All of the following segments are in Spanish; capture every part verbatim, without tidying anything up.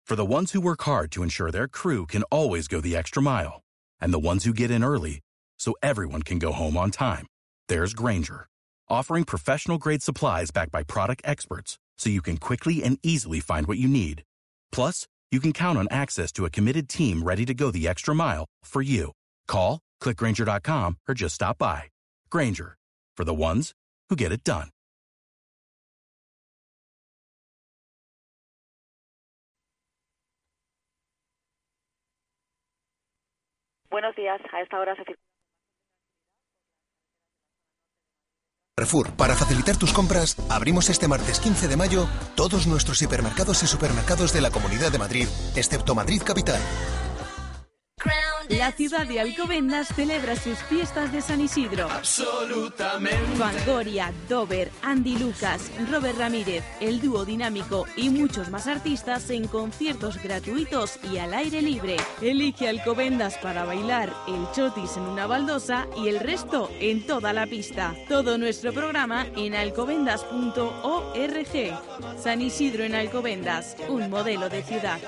For the ones who work hard to ensure their crew can always go the extra mile, and the ones who get in early so everyone can go home on time, there's Grainger, offering professional-grade supplies backed by product experts so you can quickly and easily find what you need. Plus, you can count on access to a committed team ready to go the extra mile for you. Call, click Grainger dot com, or just stop by. Grainger, for the ones who get it done. Buenos días, a esta hora se circula. Carrefour, para facilitar tus compras, abrimos este martes quince de mayo todos nuestros hipermercados y supermercados de la Comunidad de Madrid, excepto Madrid Capital. La ciudad de Alcobendas celebra sus fiestas de San Isidro. Absolutamente. Fangoria, Dover, Andy Lucas, Robert Ramírez, el dúo dinámico y muchos más artistas en conciertos gratuitos y al aire libre. Elige Alcobendas para bailar el chotis en una baldosa y el resto en toda la pista. Todo nuestro programa en alcobendas punto org. San Isidro en Alcobendas, un modelo de ciudad.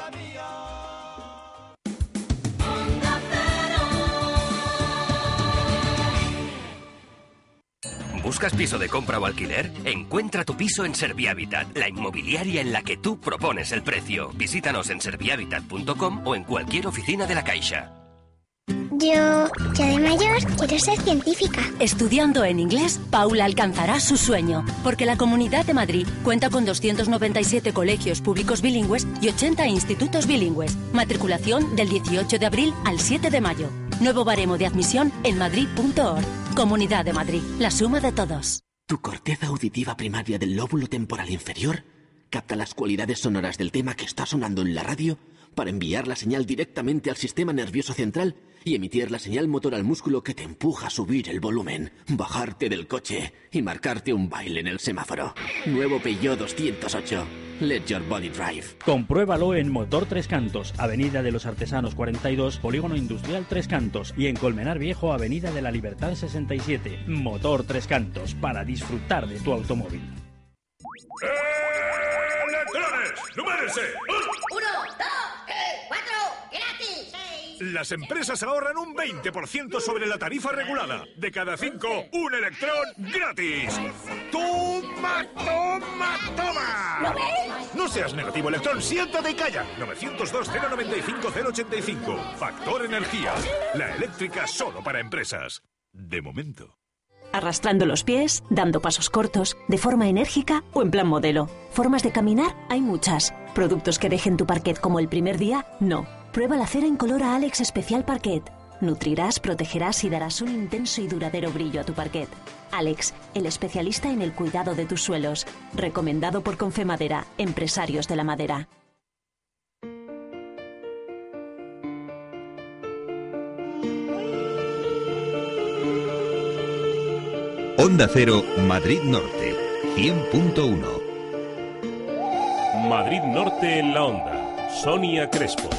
¿Buscas piso de compra o alquiler? Encuentra tu piso en Servihabitat, la inmobiliaria en la que tú propones el precio. Visítanos en servihabitat punto com o en cualquier oficina de la Caixa. Yo, yo de mayor quiero ser científica. Estudiando en inglés, Paula alcanzará su sueño, porque la Comunidad de Madrid cuenta con doscientos noventa y siete colegios públicos bilingües y ochenta institutos bilingües. Matriculación del dieciocho de abril al siete de mayo. Nuevo baremo de admisión en madrid punto org. Comunidad de Madrid, la suma de todos. Tu corteza auditiva primaria del lóbulo temporal inferior capta las cualidades sonoras del tema que está sonando en la radio para enviar la señal directamente al sistema nervioso central y emitir la señal motor al músculo que te empuja a subir el volumen, bajarte del coche y marcarte un baile en el semáforo. Nuevo Peugeot doscientos ocho. Let your body drive. Compruébalo en Motor Tres Cantos, Avenida de los Artesanos cuarenta y dos, Polígono Industrial Tres Cantos, y en Colmenar Viejo, Avenida de la Libertad sesenta y siete. Motor Tres Cantos, para disfrutar de tu automóvil. ¡Electrones! ¡Numérese! Uno, dos, tres, cuatro, gratis. Seis. Las empresas ahorran un veinte por ciento sobre la tarifa regulada. De cada cinco, un electrón gratis. ¡Toma, toma, toma! ¿Lo ves? No seas negativo, electrón, siéntate y calla. nueve cero dos, cero nueve cinco, cero ochenta y cinco. Factor Energía. La eléctrica solo para empresas. De momento. Arrastrando los pies, dando pasos cortos, de forma enérgica o en plan modelo. Formas de caminar hay muchas. Productos que dejen tu parquet como el primer día, no. Prueba la cera incolora Alex Especial Parquet. Nutrirás, protegerás y darás un intenso y duradero brillo a tu parquet. Alex, el especialista en el cuidado de tus suelos. Recomendado por Confemadera, empresarios de la madera. Onda Cero, Madrid Norte, cien punto uno. Madrid Norte en la Onda. Sonia Crespo.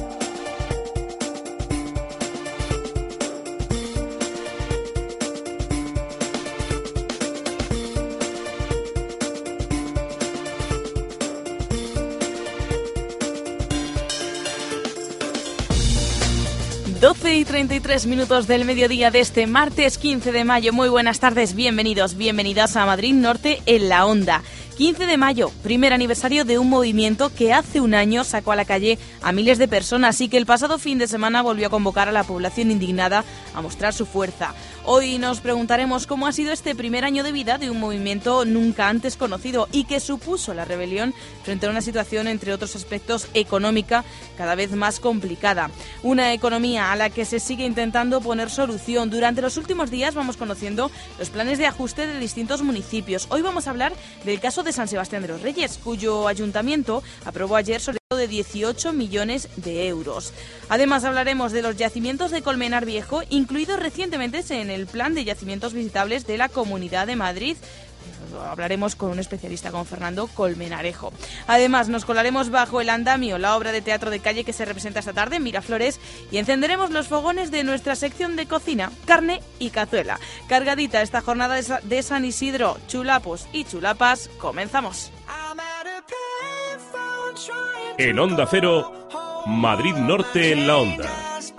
doce y treinta y tres minutos del mediodía de este martes quince de mayo. Muy buenas tardes, bienvenidos, bienvenidas a Madrid Norte en la Onda. quince de mayo, primer aniversario de un movimiento que hace un año sacó a la calle a miles de personas y que el pasado fin de semana volvió a convocar a la población indignada a mostrar su fuerza. Hoy nos preguntaremos cómo ha sido este primer año de vida de un movimiento nunca antes conocido y que supuso la rebelión frente a una situación, entre otros aspectos, económica cada vez más complicada. Una economía a la que se sigue intentando poner solución. Durante los últimos días vamos conociendo los planes de ajuste de distintos municipios. Hoy vamos a hablar del caso de San Sebastián de los Reyes, cuyo ayuntamiento aprobó ayer sobre de dieciocho millones de euros. Además hablaremos de los yacimientos de Colmenar Viejo, incluidos recientemente en el plan de yacimientos visitables de la Comunidad de Madrid. Hablaremos con un especialista, con Fernando Colmenarejo. Además nos colaremos bajo el andamio, la obra de teatro de calle que se representa esta tarde en Miraflores, y encenderemos los fogones de nuestra sección de cocina, carne y cazuela. Cargadita esta jornada de San Isidro, chulapos y chulapas. Comenzamos. I'm at a payphone trying En Onda Cero, Madrid Norte en la Onda.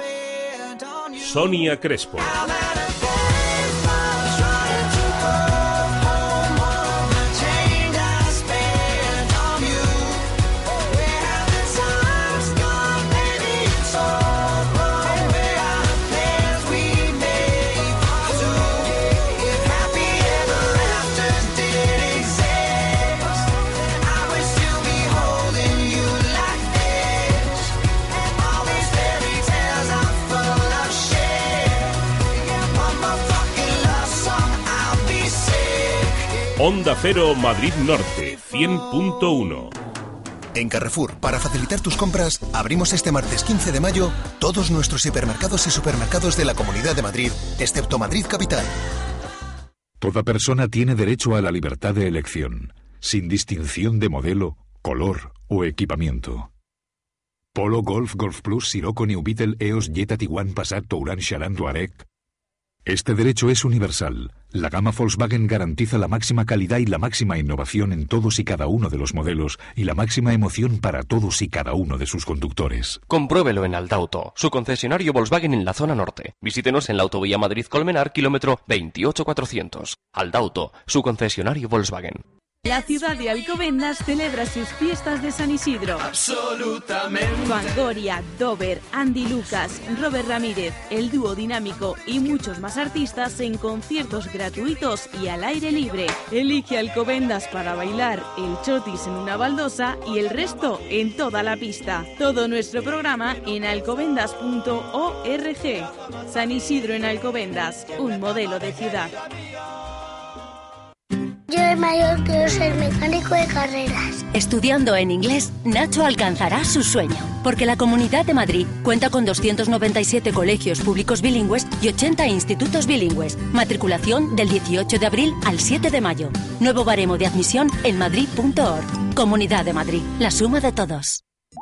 Sonia Crespo. Onda Cero Madrid Norte, cien punto uno. En Carrefour, para facilitar tus compras, abrimos este martes quince de mayo todos nuestros hipermercados y supermercados de la Comunidad de Madrid, excepto Madrid Capital. Toda persona tiene derecho a la libertad de elección, sin distinción de modelo, color o equipamiento. Polo, Golf, Golf Plus, Sirocco, New Beetle, E O S, Jetta, Tiguan, Passat, Touran, Charan, Touareg. Este derecho es universal. La gama Volkswagen garantiza la máxima calidad y la máxima innovación en todos y cada uno de los modelos y la máxima emoción para todos y cada uno de sus conductores. Compruébelo en Aldauto, su concesionario Volkswagen en la zona norte. Visítenos en la autovía Madrid-Colmenar, kilómetro veintiocho cuatrocientos. Aldauto, su concesionario Volkswagen. La ciudad de Alcobendas celebra sus fiestas de San Isidro. Absolutamente. Fangoria, Dover, Andy Lucas, Robert Ramírez, el dúo dinámico y muchos más artistas en conciertos gratuitos y al aire libre. Elige Alcobendas para bailar el chotis en una baldosa y el resto en toda la pista. Todo nuestro programa en alcobendas punto org. San Isidro en Alcobendas, un modelo de ciudad. Yo de mayor quiero ser mecánico de carreras. Estudiando en inglés, Nacho alcanzará su sueño, porque la Comunidad de Madrid cuenta con doscientos noventa y siete colegios públicos bilingües y ochenta institutos bilingües. Matriculación del dieciocho de abril al siete de mayo. Nuevo baremo de admisión en madrid punto org. Comunidad de Madrid, la suma de todos.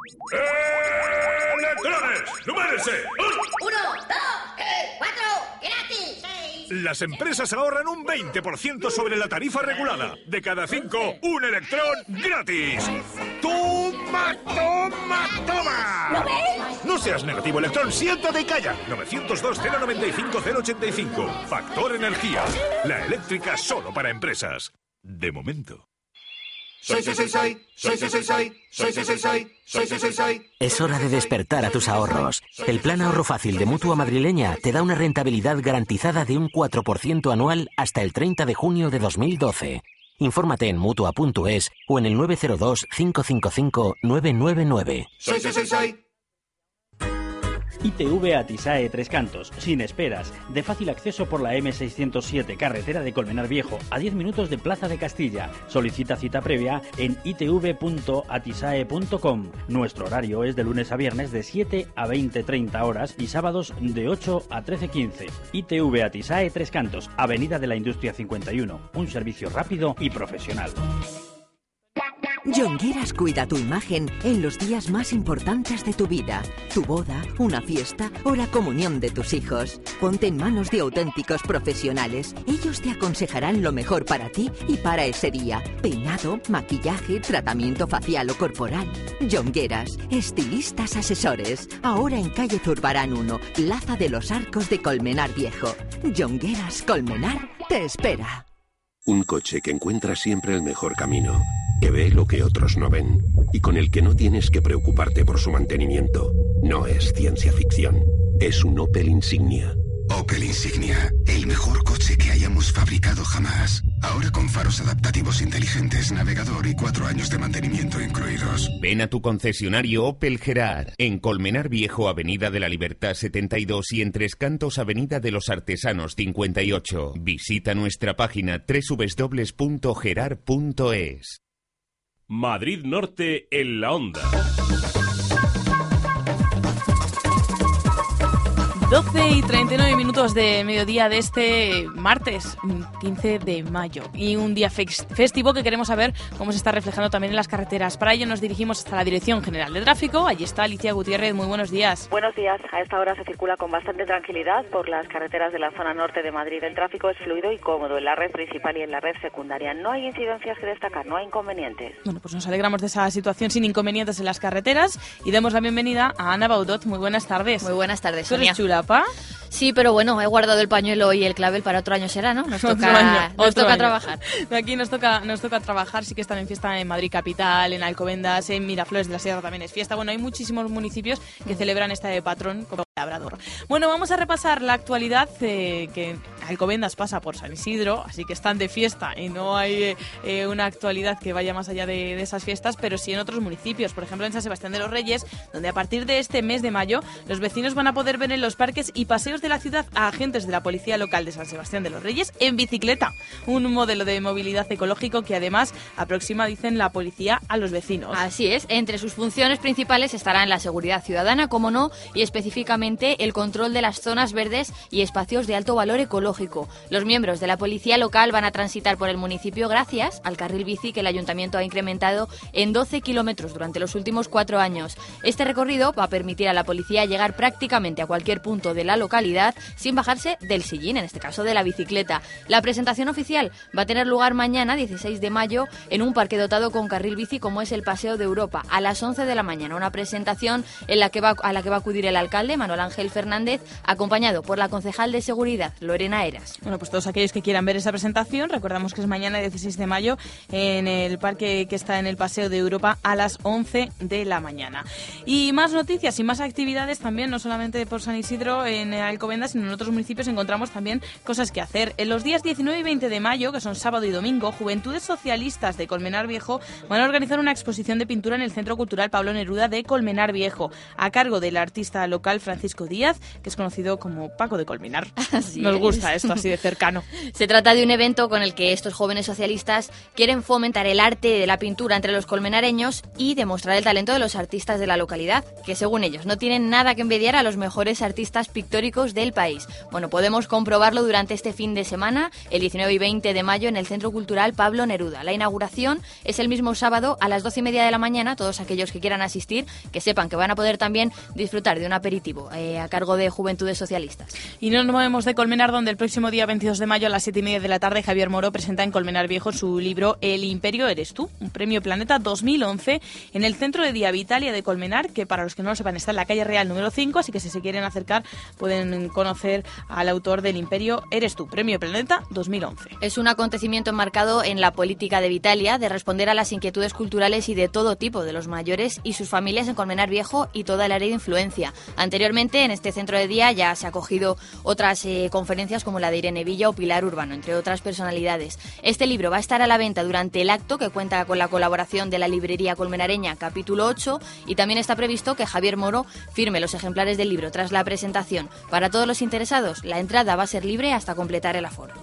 ¡Electrones! ¡Numérese! Uno, dos, tres, cuatro, gratis. Las empresas ahorran un veinte por ciento sobre la tarifa regulada. De cada cinco, un electrón gratis. ¡Toma, toma, toma! ¿Lo ves? No seas negativo, electrón, siéntate y calla. novecientos dos, cero noventa y cinco, cero ochenta y cinco. Factor Energía. La eléctrica solo para empresas. De momento. Soy, soy, soy, soy, soy, soy, soy, soy, soy, soy, soy, soy, soy, soy, soy, soy. Es hora de despertar a tus ahorros. El plan ahorro fácil de Mutua Madrileña te da una rentabilidad garantizada de un cuatro por ciento anual hasta el treinta de junio de dos mil doce. Infórmate en mutua punto es o en el nueve cero dos, cinco cinco cinco, nueve nueve nueve. Soy, soy, soy, soy. I T V Atisae Tres Cantos, sin esperas, de fácil acceso por la eme seiscientos siete, carretera de Colmenar Viejo, a diez minutos de Plaza de Castilla. Solicita cita previa en i t v punto atisae punto com. Nuestro horario es de lunes a viernes de siete a veinte treinta horas y sábados de ocho a trece quince. I T V Atisae Tres Cantos, Avenida de la Industria cincuenta y uno. Un servicio rápido y profesional. Jongueras cuida tu imagen en los días más importantes de tu vida. Tu boda, una fiesta o la comunión de tus hijos. Ponte en manos de auténticos profesionales. Ellos te aconsejarán lo mejor para ti y para ese día. Peinado, maquillaje, tratamiento facial o corporal. Jongueras, estilistas asesores. Ahora en calle Zurbarán uno, Plaza de los Arcos de Colmenar Viejo. Jongueras Colmenar te espera. Un coche que encuentra siempre el mejor camino, que ve lo que otros no ven y con el que no tienes que preocuparte por su mantenimiento. No es ciencia ficción, es un Opel Insignia. Opel Insignia, el mejor coche que hayamos fabricado jamás. Ahora con faros adaptativos inteligentes, navegador y cuatro años de mantenimiento incluidos. Ven a tu concesionario Opel Gerard, en Colmenar Viejo, Avenida de la Libertad setenta y dos y en Tres Cantos, Avenida de los Artesanos cincuenta y ocho. Visita nuestra página doble u doble u doble u punto gerard punto es. Madrid Norte en la Onda. doce y treinta y nueve minutos de mediodía de este martes quince de mayo y un día festivo que queremos saber cómo se está reflejando también en las carreteras. Para ello nos dirigimos hasta la Dirección General de Tráfico. Allí está Alicia Gutiérrez. Muy buenos días. Buenos días. A esta hora se circula con bastante tranquilidad por las carreteras de la zona norte de Madrid. El tráfico es fluido y cómodo en la red principal y en la red secundaria. No hay incidencias que destacar, no hay inconvenientes. Bueno, pues nos alegramos de esa situación sin inconvenientes en las carreteras y damos la bienvenida a Ana Baudot. Muy buenas tardes. Muy buenas tardes, ¿Tú eres Sonia. chulapa? Sí, pero bueno, he guardado el pañuelo y el clavel para otro año será, ¿no? Nos toca, otro año, nos otro toca año. trabajar. Aquí nos toca, nos toca trabajar, sí que están en fiesta en Madrid Capital, en Alcobendas, en Miraflores de la Sierra también es fiesta. Bueno, hay muchísimos municipios que celebran este patrón como Labrador. Bueno, vamos a repasar la actualidad, eh, que Alcobendas pasa por San Isidro, así que están de fiesta y no hay eh, una actualidad que vaya más allá de, de esas fiestas, pero sí en otros municipios, por ejemplo en San Sebastián de los Reyes, donde a partir de este mes de mayo los vecinos van a poder ver en los parques y paseos de la ciudad a agentes de la Policía Local de San Sebastián de los Reyes en bicicleta, un modelo de movilidad ecológico que además aproxima, dicen, la policía a los vecinos. Así es, entre sus funciones principales estarán la seguridad ciudadana, como no, y específicamente el control de las zonas verdes y espacios de alto valor ecológico. Los miembros de la policía local van a transitar por el municipio gracias al carril bici que el ayuntamiento ha incrementado en doce kilómetros durante los últimos cuatro años. Este recorrido va a permitir a la policía llegar prácticamente a cualquier punto de la localidad sin bajarse del sillín, en este caso de la bicicleta. La presentación oficial va a tener lugar mañana, dieciséis de mayo, en un parque dotado con carril bici como es el Paseo de Europa, a las once de la mañana. Una presentación en la que va, a la que va a acudir el alcalde, Manuel Ángel Fernández, acompañado por la concejal de Seguridad, Lorena Eras. Bueno, pues todos aquellos que quieran ver esa presentación, recordamos que es mañana dieciséis de mayo en el parque que está en el Paseo de Europa a las once de la mañana. Y más noticias y más actividades también, no solamente por San Isidro en Alcobendas, sino en otros municipios encontramos también cosas que hacer. En los días diecinueve y veinte de mayo, que son sábado y domingo, Juventudes Socialistas de Colmenar Viejo van a organizar una exposición de pintura en el Centro Cultural Pablo Neruda de Colmenar Viejo, a cargo del artista local Francisco Díaz, que es conocido como Paco de Colmenar. Así Nos es. gusta esto así de cercano. Se trata de un evento con el que estos jóvenes socialistas quieren fomentar el arte de la pintura entre los colmenareños y demostrar el talento de los artistas de la localidad, que según ellos no tienen nada que envidiar a los mejores artistas pictóricos del país. Bueno, podemos comprobarlo durante este fin de semana, el diecinueve y veinte de mayo, en el Centro Cultural Pablo Neruda. La inauguración es el mismo sábado a las doce y media de la mañana. Todos aquellos que quieran asistir, que sepan que van a poder también disfrutar de un aperitivo eh, a cargo de Juventudes Socialistas. Y no nos movemos de Colmenar, donde el próximo día veintidós de mayo a las siete y media de la tarde Javier Moro presenta en Colmenar Viejo su libro El Imperio Eres Tú, un premio Planeta dos mil once en el Centro de Día Vitalia de Colmenar, que para los que no lo sepan está en la calle Real número cinco, así que si se quieren acercar pueden conocer al autor del Imperio Eres Tú, premio Planeta dos mil once. Es un acontecimiento enmarcado en la política de Vitalia de responder a las inquietudes culturales y de todo tipo de los mayores y sus familias en Colmenar Viejo y toda el área de influencia. Anteriormente, en este centro de día ya se ha acogido otras eh, conferencias como la de Irene Villa o Pilar Urbano, entre otras personalidades. Este libro va a estar a la venta durante el acto, que cuenta con la colaboración de la librería colmenareña Capítulo ocho, y también está previsto que Javier Moro firme los ejemplares del libro tras la presentación. Para todos los interesados, la entrada va a ser libre hasta completar el aforo.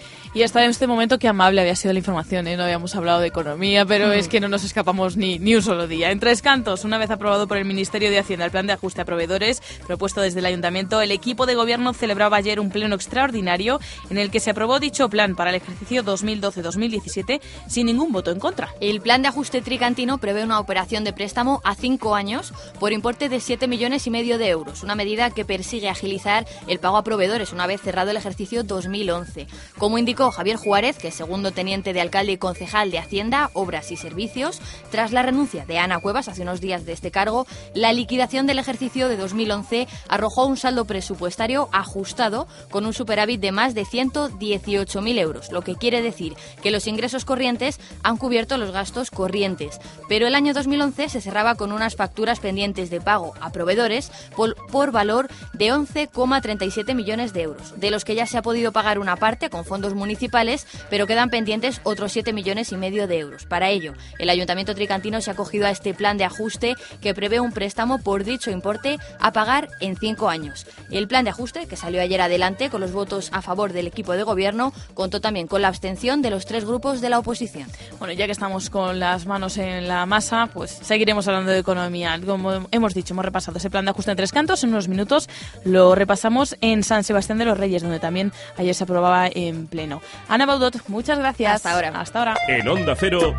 Y hasta en este momento qué amable había sido la información, ¿eh? No habíamos hablado de economía, pero mm. es que no nos escapamos ni, ni un solo día. En Tres Cantos, una vez aprobado por el Ministerio de Hacienda el plan de ajuste a proveedores propuesto desde el Ayuntamiento, el equipo de gobierno celebraba ayer un pleno extraordinario en el que se aprobó dicho plan para el ejercicio dos mil doce dos mil diecisiete sin ningún voto en contra. El plan de ajuste tricantino prevé una operación de préstamo a cinco años por importe de siete millones y medio de euros, una medida que persigue agilizar el pago a proveedores una vez cerrado el ejercicio dos mil once. Como indicó Javier Juárez, que es segundo teniente de alcalde y concejal de Hacienda, Obras y Servicios, tras la renuncia de Ana Cuevas hace unos días de este cargo, la liquidación del ejercicio de dos mil once arrojó un saldo presupuestario ajustado con un superávit de más de ciento dieciocho mil euros, lo que quiere decir que los ingresos corrientes han cubierto los gastos corrientes. Pero el año dos mil once se cerraba con unas facturas pendientes de pago a proveedores por, por valor de once coma treinta y siete millones de euros, de los que ya se ha podido pagar una parte con fondos municipales municipales, pero quedan pendientes otros siete millones y medio de euros. Para ello, el Ayuntamiento tricantino se ha acogido a este plan de ajuste que prevé un préstamo por dicho importe a pagar en cinco años. El plan de ajuste, que salió ayer adelante con los votos a favor del equipo de gobierno, contó también con la abstención de los tres grupos de la oposición. Bueno, ya que estamos con las manos en la masa, pues seguiremos hablando de economía. Como hemos dicho, hemos repasado ese plan de ajuste en Tres Cantos. En unos minutos lo repasamos en San Sebastián de los Reyes, donde también ayer se aprobaba en pleno. Ana Baudot, muchas gracias. Hasta ahora. Hasta ahora. En Onda Cero,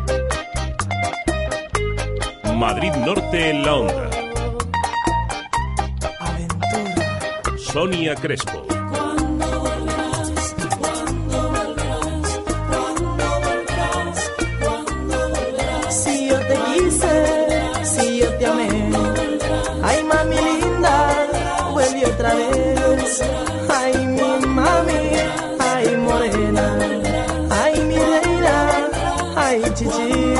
Madrid Norte en la Onda. Sonia Crespo. Si yo te quise, si yo te amé, ay mami linda, vuelve otra vez. Ay mi mami, ay morena, ay mi reina, ay chichi.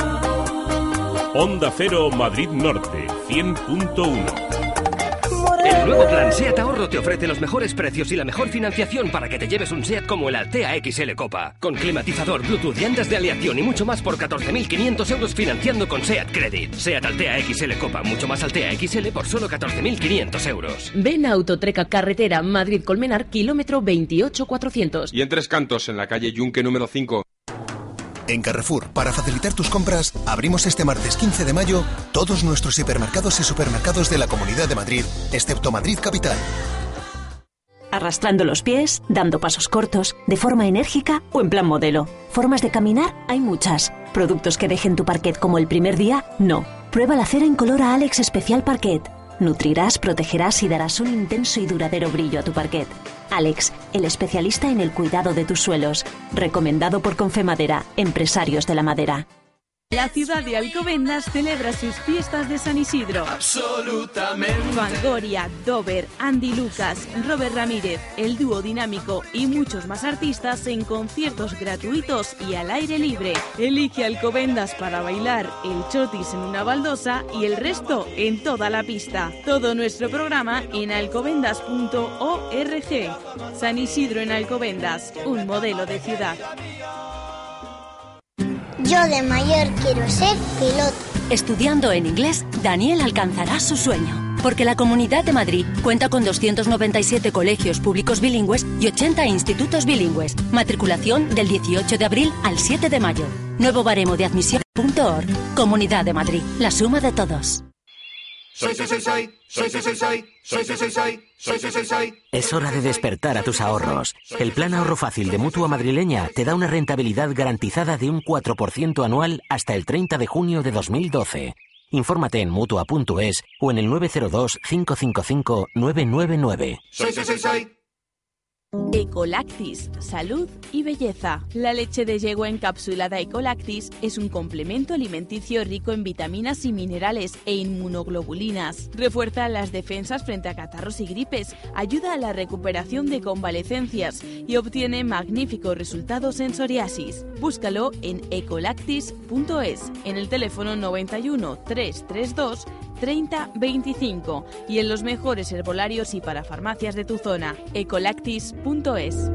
Onda Cero Madrid Norte, cien punto uno. El nuevo plan SEAT Ahorro te ofrece los mejores precios y la mejor financiación para que te lleves un SEAT como el Altea X L Copa. Con climatizador, Bluetooth, llantas de aleación y mucho más por catorce mil quinientos euros financiando con SEAT Credit. SEAT Altea X L Copa, mucho más Altea X L por solo catorce mil quinientos euros. Ven a Autotreca Carretera Madrid-Colmenar, kilómetro veintiocho cuatrocientos. Y en Tres Cantos, en la calle Yunque número cinco. En Carrefour, para facilitar tus compras, abrimos este martes quince de mayo todos nuestros hipermercados y supermercados de la Comunidad de Madrid, excepto Madrid Capital. Arrastrando los pies, dando pasos cortos, de forma enérgica o en plan modelo. Formas de caminar hay muchas. Productos que dejen tu parquet como el primer día, no. Prueba la cera incolora Alex Especial Parquet. Nutrirás, protegerás y darás un intenso y duradero brillo a tu parquet. Alex, el especialista en el cuidado de tus suelos. Recomendado por Confemadera, empresarios de la madera. La ciudad de Alcobendas celebra sus fiestas de San Isidro. Absolutamente. Fangoria, Dover, Andy Lucas, Robert Ramírez, el dúo dinámico y muchos más artistas en conciertos gratuitos y al aire libre. Elige Alcobendas para bailar el chotis en una baldosa y el resto en toda la pista. Todo nuestro programa en alcobendas punto org. San Isidro en Alcobendas, un modelo de ciudad. Yo de mayor quiero ser piloto. Estudiando en inglés, Daniel alcanzará su sueño. Porque la Comunidad de Madrid cuenta con doscientos noventa y siete colegios públicos bilingües y ochenta institutos bilingües. Matriculación del dieciocho de abril al siete de mayo. Nuevo baremo de admisión punto org. Comunidad de Madrid, la suma de todos. Soy, soy, soy, soy, soy, soy, soy, soy, soy, soy, soy, soy, soy, soy, soy. Es hora de despertar a tus ahorros. El plan ahorro fácil de Mutua Madrileña te da una rentabilidad garantizada de un cuatro por ciento anual hasta el treinta de junio de dos mil doce. Infórmate en mutua punto es o en el nueve cero dos, cinco cinco cinco, nueve nueve nueve. Soy, soy, soy, soy. Ecolactis, salud y belleza. La leche de yegua encapsulada Ecolactis es un complemento alimenticio rico en vitaminas y minerales e inmunoglobulinas. Refuerza las defensas frente a catarros y gripes, ayuda a la recuperación de convalecencias y obtiene magníficos resultados en psoriasis. Búscalo en ecolactis punto es, en el teléfono noventa y uno, trescientos treinta y dos, treinta veinticinco y en los mejores herbolarios y parafarmacias de tu zona. ecolactis punto es.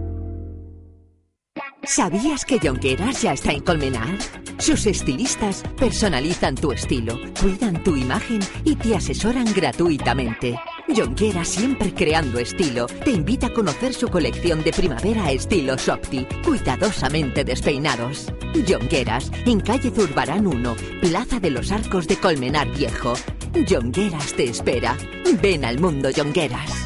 ¿Sabías que Jonqueras ya está en Colmenar? Sus estilistas personalizan tu estilo, cuidan tu imagen y te asesoran gratuitamente. Jonqueras, siempre creando estilo, te invita a conocer su colección de primavera estilo Softy, cuidadosamente despeinados. Jonqueras, en calle Zurbarán uno, Plaza de los Arcos de Colmenar Viejo. Jonqueras te espera. Ven al mundo Jonqueras.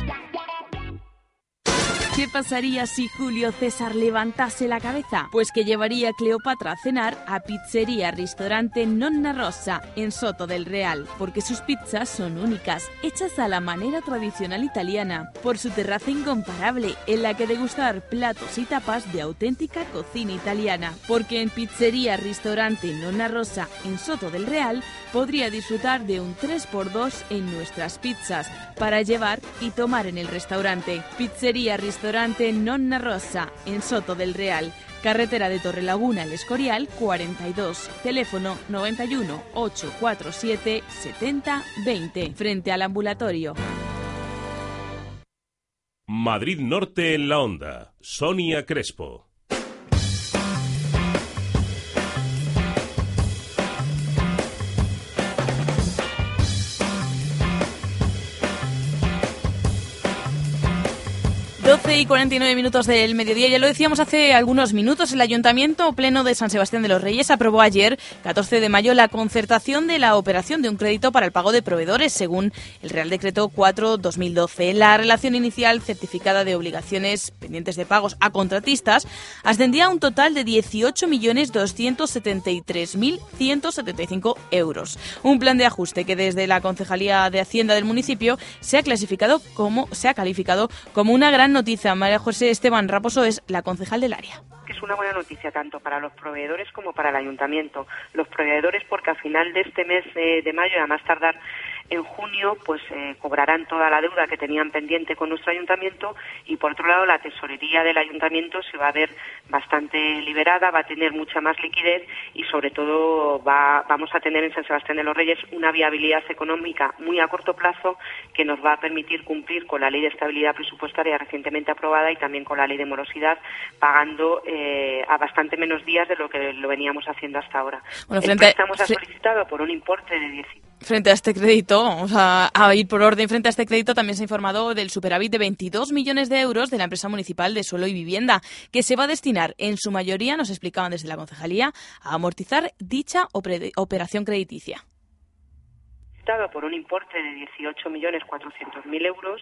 ¿Qué pasaría si Julio César levantase la cabeza? Pues que llevaría a Cleopatra a cenar a Pizzería Ristorante Nonna Rosa en Soto del Real, porque sus pizzas son únicas, hechas a la manera tradicional italiana, por su terraza incomparable en la que degustar platos y tapas de auténtica cocina italiana, porque en Pizzería Ristorante Nonna Rosa en Soto del Real podría disfrutar de un tres por dos en nuestras pizzas para llevar y tomar en el restaurante. Pizzería Ristorante Restaurante Nonna Rosa, en Soto del Real, carretera de Torrelaguna, El Escorial, cuarenta y dos, teléfono noventa y uno, ochocientos cuarenta y siete, setenta veinte, frente al ambulatorio. Madrid Norte en la Onda, Sonia Crespo. doce y cuarenta y nueve minutos del mediodía. Ya lo decíamos hace algunos minutos, el Ayuntamiento Pleno de San Sebastián de los Reyes aprobó ayer, catorce de mayo, la concertación de la operación de un crédito para el pago de proveedores, según el Real Decreto cuatro barra dos mil doce. La relación inicial certificada de obligaciones pendientes de pagos a contratistas ascendía a un total de dieciocho millones doscientos setenta y tres mil ciento setenta y cinco euros. Un plan de ajuste que desde la Concejalía de Hacienda del municipio se ha clasificado como, se ha calificado como una gran noticia. María José Esteban Raposo es la concejal del área. Es una buena noticia tanto para los proveedores como para el ayuntamiento. Los proveedores porque a final de este mes eh, de mayo y a más tardar en junio pues eh, cobrarán toda la deuda que tenían pendiente con nuestro ayuntamiento y por otro lado la tesorería del ayuntamiento se va a ver bastante liberada, va a tener mucha más liquidez y sobre todo va, vamos a tener en San Sebastián de los Reyes una viabilidad económica muy a corto plazo que nos va a permitir cumplir con la ley de estabilidad presupuestaria recientemente aprobada y también con la ley de morosidad pagando eh, a bastante menos días de lo que lo veníamos haciendo hasta ahora. Bueno, frente El préstamo se ha solicitado por un importe de diez. Frente a este crédito, vamos a, a ir por orden, frente a este crédito también se ha informado del superávit de veintidós millones de euros de la empresa municipal de Suelo y Vivienda, que se va a destinar en su mayoría, nos explicaban desde la concejalía, a amortizar dicha operación crediticia. Por un importe de dieciocho millones cuatrocientos mil euros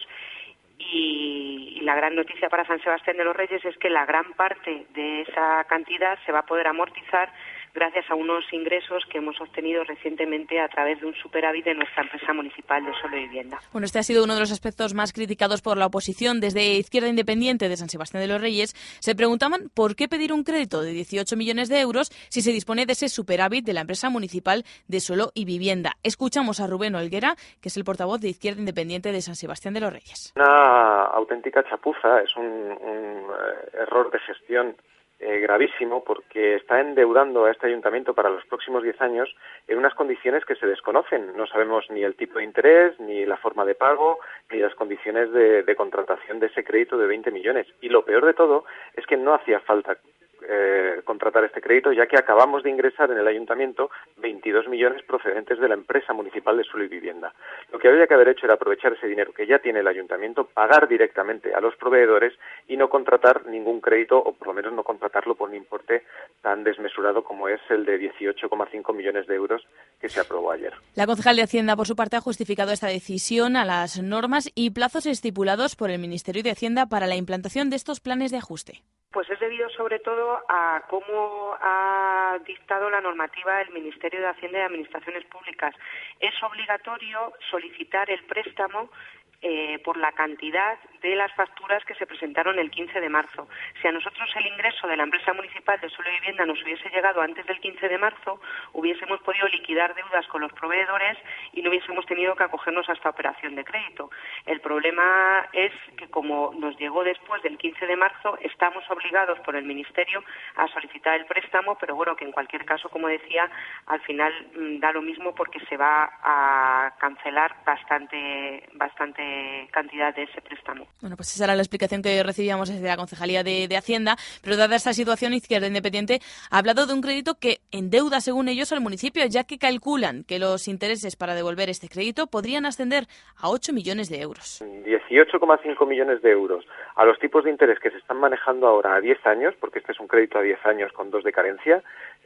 y la gran noticia para San Sebastián de los Reyes es que la gran parte de esa cantidad se va a poder amortizar gracias a unos ingresos que hemos obtenido recientemente a través de un superávit de nuestra empresa municipal de Suelo y Vivienda. Bueno, este ha sido uno de los aspectos más criticados por la oposición. Desde Izquierda Independiente de San Sebastián de los Reyes se preguntaban por qué pedir un crédito de dieciocho millones de euros si se dispone de ese superávit de la empresa municipal de Suelo y Vivienda. Escuchamos a Rubén Olguera, que es el portavoz de Izquierda Independiente de San Sebastián de los Reyes. Una auténtica chapuza, es un, un error de gestión Eh, gravísimo porque está endeudando a este ayuntamiento para los próximos diez años en unas condiciones que se desconocen. No sabemos ni el tipo de interés, ni la forma de pago, ni las condiciones de, de contratación de ese crédito de veinte millones. Y lo peor de todo es que no hacía falta eh, contratar este crédito, ya que acabamos de ingresar en el ayuntamiento veintidós millones procedentes de la empresa municipal de Suelo y Vivienda. Lo que había que haber hecho era aprovechar ese dinero que ya tiene el ayuntamiento, pagar directamente a los proveedores y no contratar ningún crédito, o por lo menos no contratarlo por un importe tan desmesurado como es el de dieciocho coma cinco millones de euros que se aprobó ayer. La concejal de Hacienda, por su parte, ha justificado esta decisión a las normas y plazos estipulados por el Ministerio de Hacienda para la implantación de estos planes de ajuste. Pues es debido sobre todo a cómo ha dictado la normativa el Ministerio de Hacienda y Administraciones Públicas. Es obligatorio solicitar el préstamo eh, por la cantidad de las facturas que se presentaron el quince de marzo. Si a nosotros el ingreso de la empresa municipal de Suelo y Vivienda nos hubiese llegado antes del quince de marzo, hubiésemos podido liquidar deudas con los proveedores y no hubiésemos tenido que acogernos a esta operación de crédito. El problema es que como nos llegó después del quince de marzo, estamos obligados por el Ministerio a solicitar el préstamo, pero bueno, que en cualquier caso, como decía, al final mmm, da lo mismo porque se va a cancelar bastante, bastante cantidad de ese préstamo. Bueno, pues esa era la explicación que recibíamos desde la Concejalía de, de Hacienda, pero dada esta situación, Izquierda Independiente ha hablado de un crédito que endeuda, según ellos, al municipio, ya que calculan que los intereses para devolver este crédito podrían ascender a ocho millones de euros. dieciocho coma cinco millones de euros. A los tipos de interés que se están manejando ahora a diez años, porque este es un crédito a diez años con dos de carencia,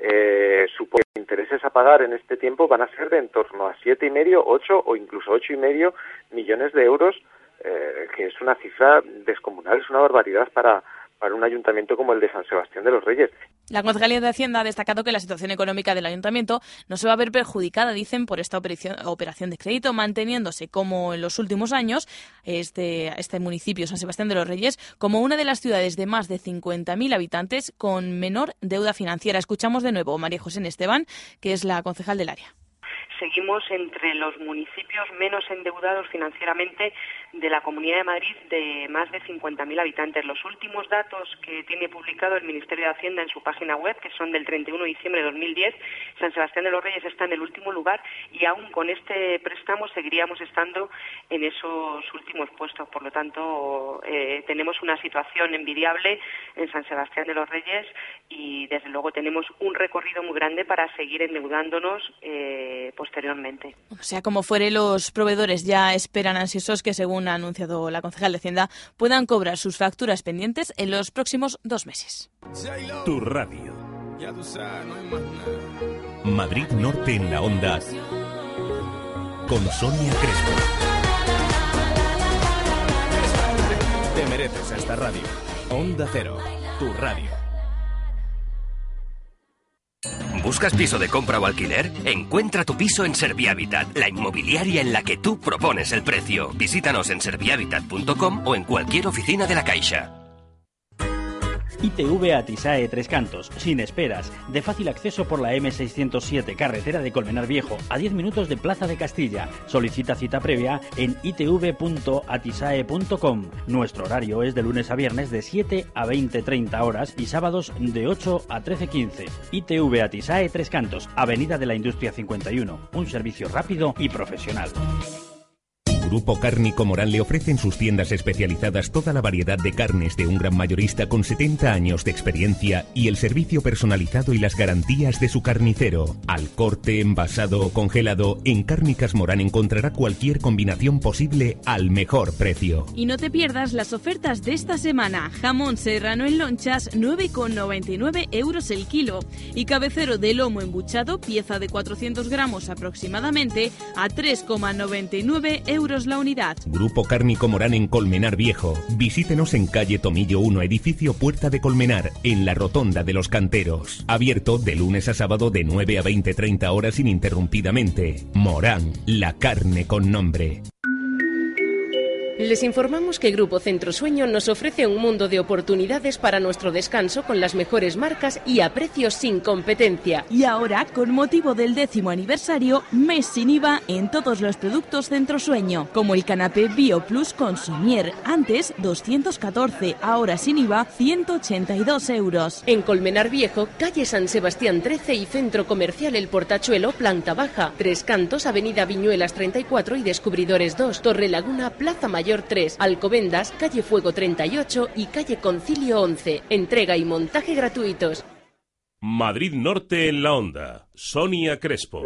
eh, supone que los intereses a pagar en este tiempo van a ser de en torno a siete y medio, ocho o incluso ocho y medio millones de euros, eh, que es una cifra descomunal, es una barbaridad para para un ayuntamiento como el de San Sebastián de los Reyes. La Concejalía de Hacienda ha destacado que la situación económica del ayuntamiento no se va a ver perjudicada, dicen, por esta operación, operación de crédito, manteniéndose como en los últimos años este, este municipio, San Sebastián de los Reyes, como una de las ciudades de más de cincuenta mil habitantes con menor deuda financiera. Escuchamos de nuevo a María José Esteban, que es la concejal del área. Seguimos entre los municipios menos endeudados financieramente de la Comunidad de Madrid, de más de cincuenta mil habitantes. Los últimos datos que tiene publicado el Ministerio de Hacienda en su página web, que son del treinta y uno de diciembre de dos mil diez, San Sebastián de los Reyes está en el último lugar y aún con este préstamo seguiríamos estando en esos últimos puestos. Por lo tanto, eh, tenemos una situación envidiable en San Sebastián de los Reyes y desde luego tenemos un recorrido muy grande para seguir endeudándonos eh, pues posteriormente. O sea, como fuere, los proveedores ya esperan ansiosos que, según ha anunciado la concejal de Hacienda, puedan cobrar sus facturas pendientes en los próximos dos meses. Tu radio. Madrid Norte en la Onda con Sonia Crespo. Te mereces esta radio. Onda Cero, tu radio. ¿Buscas piso de compra o alquiler? Encuentra tu piso en Servihabitat, la inmobiliaria en la que tú propones el precio. Visítanos en servihabitat punto com o en cualquier oficina de la Caixa. I T V Atisae Tres Cantos, sin esperas, de fácil acceso por la eme seiscientos siete, carretera de Colmenar Viejo, a diez minutos de Plaza de Castilla. Solicita cita previa en i t v punto atisae punto com. Nuestro horario es de lunes a viernes de siete a veinte treinta horas y sábados de ocho a trece quince. I T V Atisae Tres Cantos, Avenida de la Industria cincuenta y uno. Un servicio rápido y profesional. Grupo Cárnico Morán le ofrece en sus tiendas especializadas toda la variedad de carnes de un gran mayorista con setenta años de experiencia y el servicio personalizado y las garantías de su carnicero. Al corte, envasado o congelado, en Cárnicas Morán encontrará cualquier combinación posible al mejor precio. Y no te pierdas las ofertas de esta semana. Jamón serrano en lonchas, nueve con noventa y nueve euros el kilo. Y cabecero de lomo embuchado, pieza de cuatrocientos gramos aproximadamente, a tres con noventa y nueve euros la unidad. Grupo Cárnico Morán en Colmenar Viejo. Visítenos en calle Tomillo uno, edificio Puerta de Colmenar, en la Rotonda de los Canteros. Abierto de lunes a sábado de nueve a veinte treinta horas ininterrumpidamente. Morán, la carne con nombre. Les informamos que Grupo Centro Sueño nos ofrece un mundo de oportunidades para nuestro descanso con las mejores marcas y a precios sin competencia. Y ahora, con motivo del décimo aniversario, mes sin I V A en todos los productos Centro Sueño, como el canapé Bio Plus con Somier, antes doscientos catorce, ahora sin I V A ciento ochenta y dos euros. En Colmenar Viejo, calle San Sebastián trece y Centro Comercial El Portachuelo, planta baja. Tres Cantos, Avenida Viñuelas treinta y cuatro y Descubridores dos, Torre Laguna, Plaza Mayor tres, Alcobendas, calle Fuego treinta y ocho y calle Concilio once. Entrega y montaje gratuitos. Madrid Norte en la Onda. Sonia Crespo.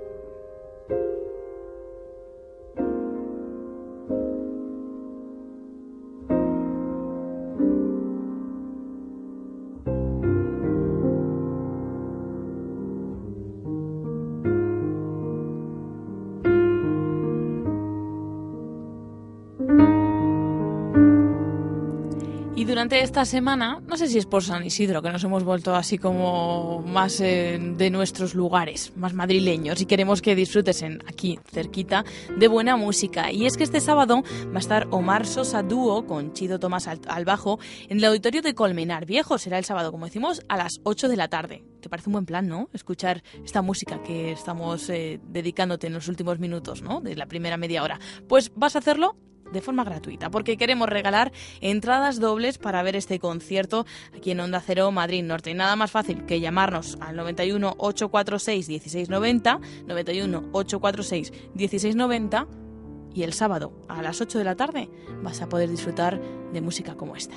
Y durante esta semana, no sé si es por San Isidro, que nos hemos vuelto así como más eh, de nuestros lugares, más madrileños, y queremos que disfrutes en, aquí, cerquita, de buena música. Y es que este sábado va a estar Omar Sosa dúo con Chido Tomás al, al bajo en el auditorio de Colmenar Viejo. Será el sábado, como decimos, a las ocho de la tarde. Te parece un buen plan, ¿no? Escuchar esta música que estamos eh, dedicándote en los últimos minutos, ¿no? De la primera media hora. Pues vas a hacerlo de forma gratuita, porque queremos regalar entradas dobles para ver este concierto aquí en Onda Cero Madrid Norte. Y nada más fácil que llamarnos al noventa y uno, ochocientos cuarenta y seis, dieciséis noventa, noventa y uno, ochocientos cuarenta y seis, dieciséis noventa, y el sábado a las ocho de la tarde vas a poder disfrutar de música como esta.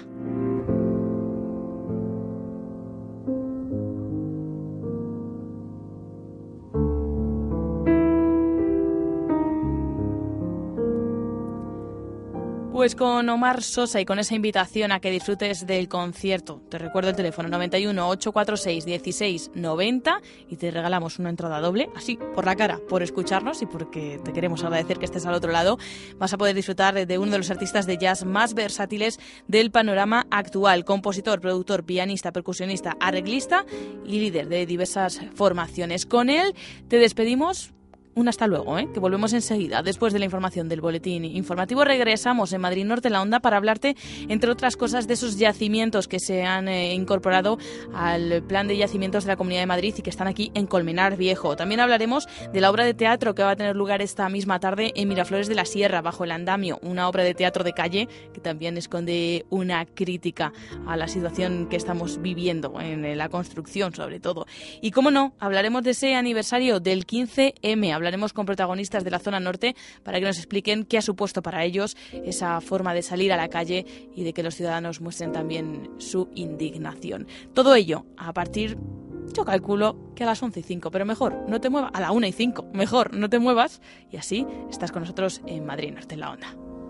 Pues con Omar Sosa y con esa invitación a que disfrutes del concierto. Te recuerdo el teléfono noventa y uno, ochocientos cuarenta y seis, dieciséis noventa y te regalamos una entrada doble, así, por la cara, por escucharnos y porque te queremos agradecer que estés al otro lado. Vas a poder disfrutar de uno de los artistas de jazz más versátiles del panorama actual. Compositor, productor, pianista, percusionista, arreglista y líder de diversas formaciones. Con él te despedimos. Un hasta luego, ¿eh? Que volvemos enseguida. Después de la información del boletín informativo regresamos en Madrid Norte en la Onda para hablarte, entre otras cosas, de esos yacimientos que se han eh, incorporado al plan de yacimientos de la Comunidad de Madrid y que están aquí en Colmenar Viejo. También hablaremos de la obra de teatro que va a tener lugar esta misma tarde en Miraflores de la Sierra, bajo el andamio. Una obra de teatro de calle que también esconde una crítica a la situación que estamos viviendo en la construcción, sobre todo. Y, cómo no, hablaremos de ese aniversario del quince eme. Hablaremos con protagonistas de la zona norte para que nos expliquen qué ha supuesto para ellos esa forma de salir a la calle y de que los ciudadanos muestren también su indignación. Todo ello a partir, yo calculo que a las once y cinco, pero mejor no te muevas, a la una y cinco, mejor no te muevas y así estás con nosotros en Madrid Norte en la Onda.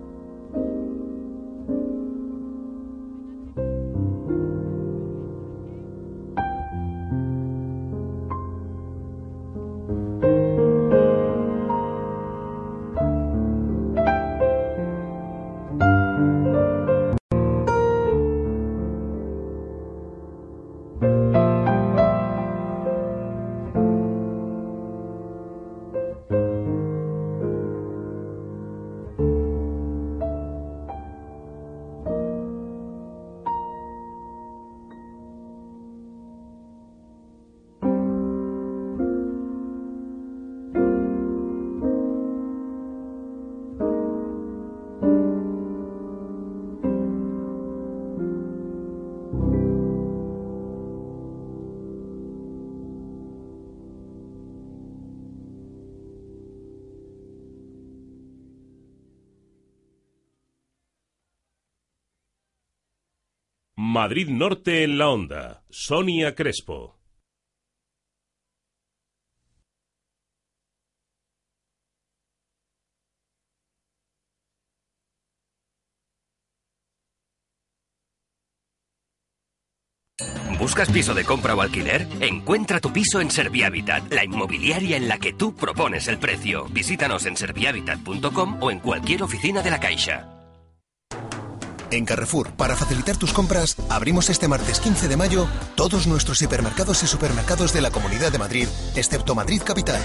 Madrid Norte en la Onda. Sonia Crespo. ¿Buscas piso de compra o alquiler? Encuentra tu piso en Servihabitat, la inmobiliaria en la que tú propones el precio. Visítanos en servihabitat punto com o en cualquier oficina de la Caixa. En Carrefour, para facilitar tus compras, abrimos este martes quince de mayo todos nuestros hipermercados y supermercados de la Comunidad de Madrid, excepto Madrid Capital.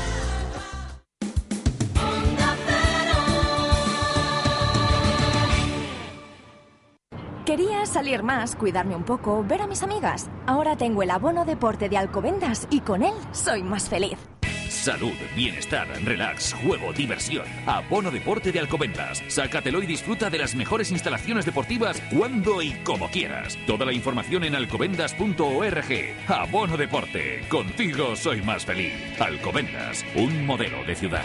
Quería salir más, cuidarme un poco, ver a mis amigas. Ahora tengo el abono deporte de Alcobendas y con él soy más feliz. Salud, bienestar, relax, juego, diversión. Abono deporte de Alcobendas. Sácatelo y disfruta de las mejores instalaciones deportivas cuando y como quieras. Toda la información en alcobendas punto org. Abono deporte. Contigo soy más feliz. Alcobendas, un modelo de ciudad.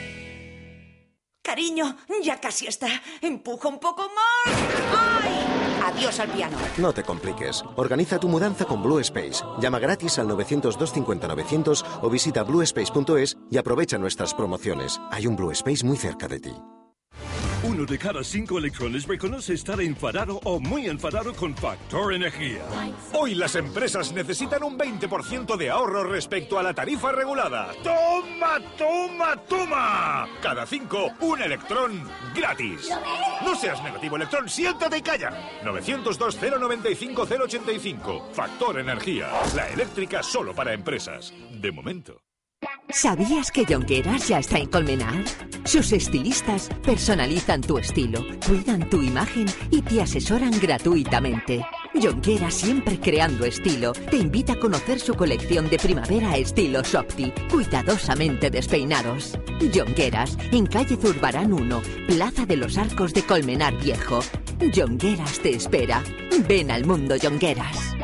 Cariño, ya casi está. Empuja un poco más. ¡Ay! Adiós al piano. No te compliques. Organiza tu mudanza con Blue Space. Llama gratis al nueve cero dos, cinco cero, nueve cero cero o visita blue space punto es y aprovecha nuestras promociones. Hay un Blue Space muy cerca de ti. Uno de cada cinco electrones reconoce estar enfadado o muy enfadado con Factor Energía. Hoy las empresas necesitan un veinte por ciento de ahorro respecto a la tarifa regulada. ¡Toma, toma, toma! Cada cinco, un electrón gratis. No seas negativo, electrón, siéntate y calla. nueve cero dos, cero nueve cinco, cero ocho cinco. Factor Energía. La eléctrica solo para empresas. De momento. ¿Sabías que Jonqueras ya está en Colmenar? Sus estilistas personalizan tu estilo, cuidan tu imagen y te asesoran gratuitamente. Jonqueras, siempre creando estilo, te invita a conocer su colección de primavera estilo Softy, cuidadosamente despeinados. Jonqueras, en calle Zurbarán uno, Plaza de los Arcos de Colmenar Viejo. Jonqueras te espera. Ven al mundo, Jonqueras.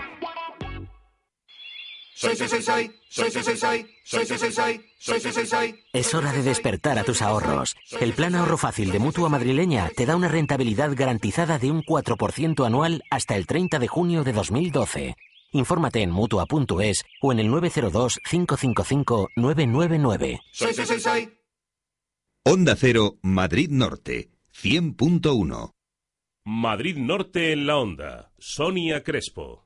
Soy, soy, soy, soy, soy, soy, soy, soy, soy, soy, soy, soy, soy, soy, soy, soy. Es hora de despertar a tus ahorros. El plan ahorro fácil de Mutua Madrileña te da una rentabilidad garantizada de un cuatro por ciento anual hasta el treinta de junio de dos mil doce. Infórmate en mutua punto es o en el nueve cero dos, cinco cinco cinco, nueve nueve nueve. Soy, soy, soy, soy. Onda Cero, Madrid Norte, cien punto uno. Madrid Norte en la Onda. Sonia Crespo.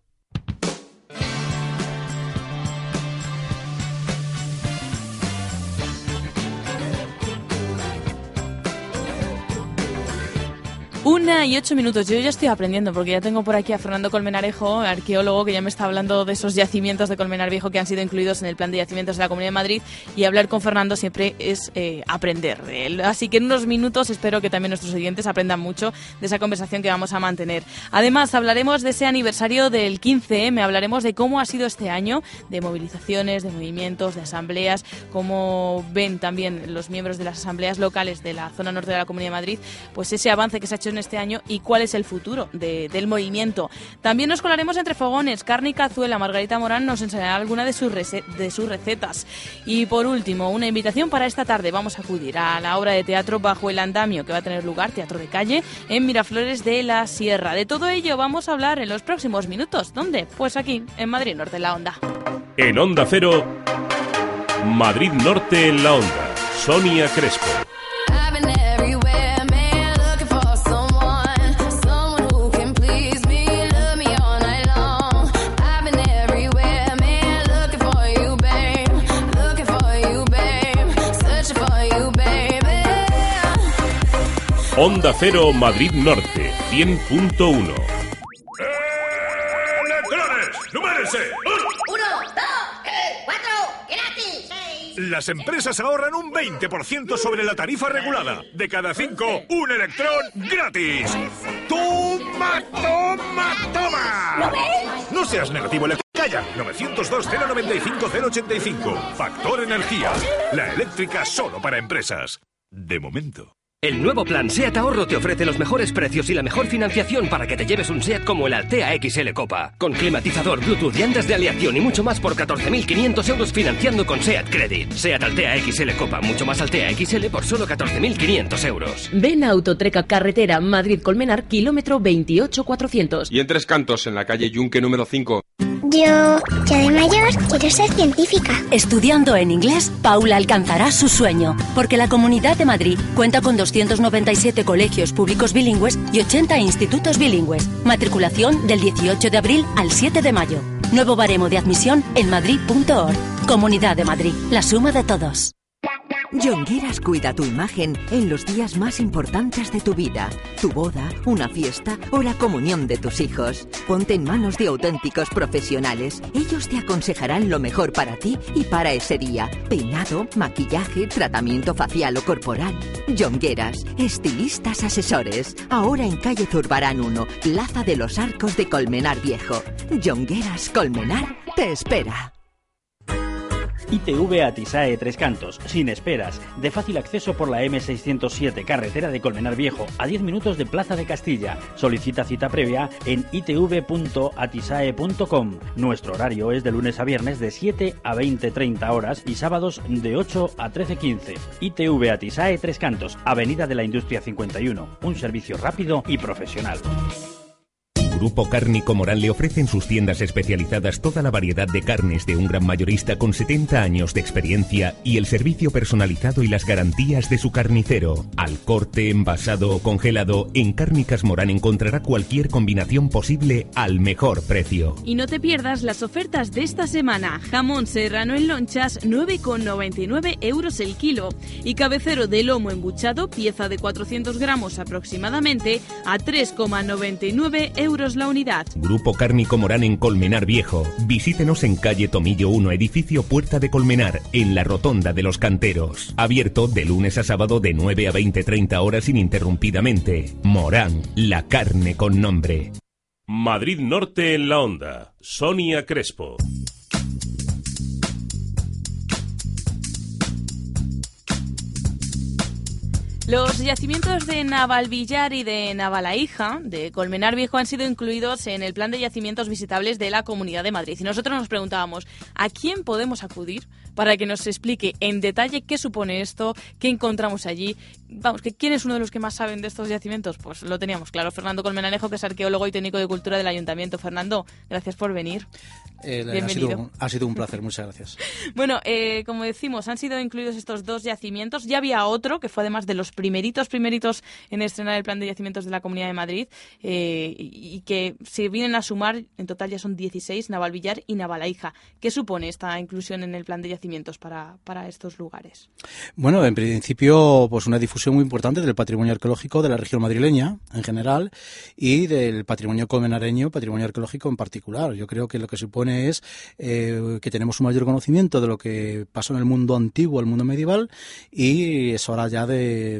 Una y ocho minutos. Yo ya estoy aprendiendo porque ya tengo por aquí a Fernando Colmenarejo, arqueólogo, que ya me está hablando de esos yacimientos de Colmenar Viejo que han sido incluidos en el plan de yacimientos de la Comunidad de Madrid, y hablar con Fernando siempre es eh, aprender de él. Así que en unos minutos espero que también nuestros oyentes aprendan mucho de esa conversación que vamos a mantener. Además, hablaremos de ese aniversario del quince eme, hablaremos de cómo ha sido este año, de movilizaciones, de movimientos, de asambleas, cómo ven también los miembros de las asambleas locales de la zona norte de la Comunidad de Madrid, pues ese avance que se ha hecho en este año y cuál es el futuro de, del movimiento. También nos colaremos entre fogones, carne y cazuela. Margarita Morán nos enseñará alguna de sus, de sus recetas. Y por último, una invitación para esta tarde. Vamos a acudir a la obra de teatro Bajo el Andamio, que va a tener lugar, teatro de calle, en Miraflores de la Sierra. De todo ello vamos a hablar en los próximos minutos. ¿Dónde? Pues aquí, en Madrid Norte, en la Onda. En Onda Cero, Madrid Norte en la Onda. Sonia Crespo. Onda Cero Madrid Norte, cien punto uno. ¡Electrones! ¡Numérense! Uno, dos, tres, cuatro, gratis, seis. Las empresas ahorran un veinte por ciento sobre la tarifa regulada. De cada cinco, un electrón gratis. ¡Toma, toma, toma! ¿Lo ves? No seas negativo, electrónico. Calla, nueve cero dos, cero nueve cinco, cero ochenta y cinco. Factor Energía. La eléctrica solo para empresas. De momento. El nuevo plan SEAT Ahorro te ofrece los mejores precios y la mejor financiación para que te lleves un SEAT como el Altea X L Copa. Con climatizador, Bluetooth, llantas de aleación y mucho más por catorce mil quinientos euros financiando con SEAT Credit. SEAT Altea X L Copa, mucho más Altea X L por solo catorce mil quinientos euros. Ven a Autotreca Carretera Madrid-Colmenar, kilómetro veintiocho cuatrocientos. Y en Tres Cantos, en la calle Yunque número cinco. Yo, yo de mayor quiero ser científica. Estudiando en inglés, Paula alcanzará su sueño, porque la Comunidad de Madrid cuenta con doscientos noventa y siete colegios públicos bilingües y ochenta institutos bilingües. Matriculación del dieciocho de abril al siete de mayo. Nuevo baremo de admisión en madrid punto org. Comunidad de Madrid, la suma de todos. Jongueras cuida tu imagen en los días más importantes de tu vida. Tu boda, una fiesta o la comunión de tus hijos. Ponte en manos de auténticos profesionales. Ellos te aconsejarán lo mejor para ti y para ese día. Peinado, maquillaje, tratamiento facial o corporal. Jongueras, estilistas asesores. Ahora en calle Zurbarán uno, Plaza de los Arcos de Colmenar Viejo. Jongueras Colmenar te espera. I T V Atisae Tres Cantos, sin esperas, de fácil acceso por la eme seiscientos siete, carretera de Colmenar Viejo, a diez minutos de Plaza de Castilla. Solicita cita previa en i t v punto atisae punto com. Nuestro horario es de lunes a viernes de siete a veinte treinta horas y sábados de ocho a trece quince. I T V Atisae Tres Cantos, Avenida de la Industria cincuenta y uno. Un servicio rápido y profesional. Grupo Cárnico Morán le ofrece en sus tiendas especializadas toda la variedad de carnes de un gran mayorista con setenta años de experiencia y el servicio personalizado y las garantías de su carnicero. Al corte, envasado o congelado, en Cárnicas Morán encontrará cualquier combinación posible al mejor precio. Y no te pierdas las ofertas de esta semana. Jamón serrano en lonchas, nueve con noventa y nueve euros el kilo. Y cabecero de lomo embuchado, pieza de cuatrocientos gramos aproximadamente, a tres con noventa y nueve euros la unidad. Grupo Cárnico Morán en Colmenar Viejo. Visítenos en calle Tomillo uno, edificio Puerta de Colmenar, en la Rotonda de los Canteros. Abierto de lunes a sábado de nueve a veinte treinta horas ininterrumpidamente. Morán, la carne con nombre. Madrid Norte en la Onda. Sonia Crespo. Los yacimientos de Navalvillar y de Navalaíja, de Colmenar Viejo, han sido incluidos en el plan de yacimientos visitables de la Comunidad de Madrid. Y nosotros nos preguntábamos, ¿a quién podemos acudir para que nos explique en detalle qué supone esto, qué encontramos allí? Vamos, que ¿quién es uno de los que más saben de estos yacimientos? Pues lo teníamos claro, Fernando Colmenarejo, que es arqueólogo y técnico de cultura del Ayuntamiento. Fernando, gracias por venir. Eh, Bienvenido. Ha sido, ha sido un placer, muchas gracias. Bueno, eh, como decimos, han sido incluidos estos dos yacimientos. Ya había otro, que fue además de los primeritos, primeritos en estrenar el plan de yacimientos de la Comunidad de Madrid, eh, y, y que se vienen a sumar, en total ya son dieciséis, Navalvillar y Navalaíja. ¿Qué supone esta inclusión en el plan de yacimientos para, para estos lugares? Bueno, en principio, pues una difusión muy importante del patrimonio arqueológico de la región madrileña en general y del patrimonio colmenareño, patrimonio arqueológico en particular. Yo creo que lo que supone es eh, que tenemos un mayor conocimiento de lo que pasó en el mundo antiguo, el mundo medieval, y es hora ya de,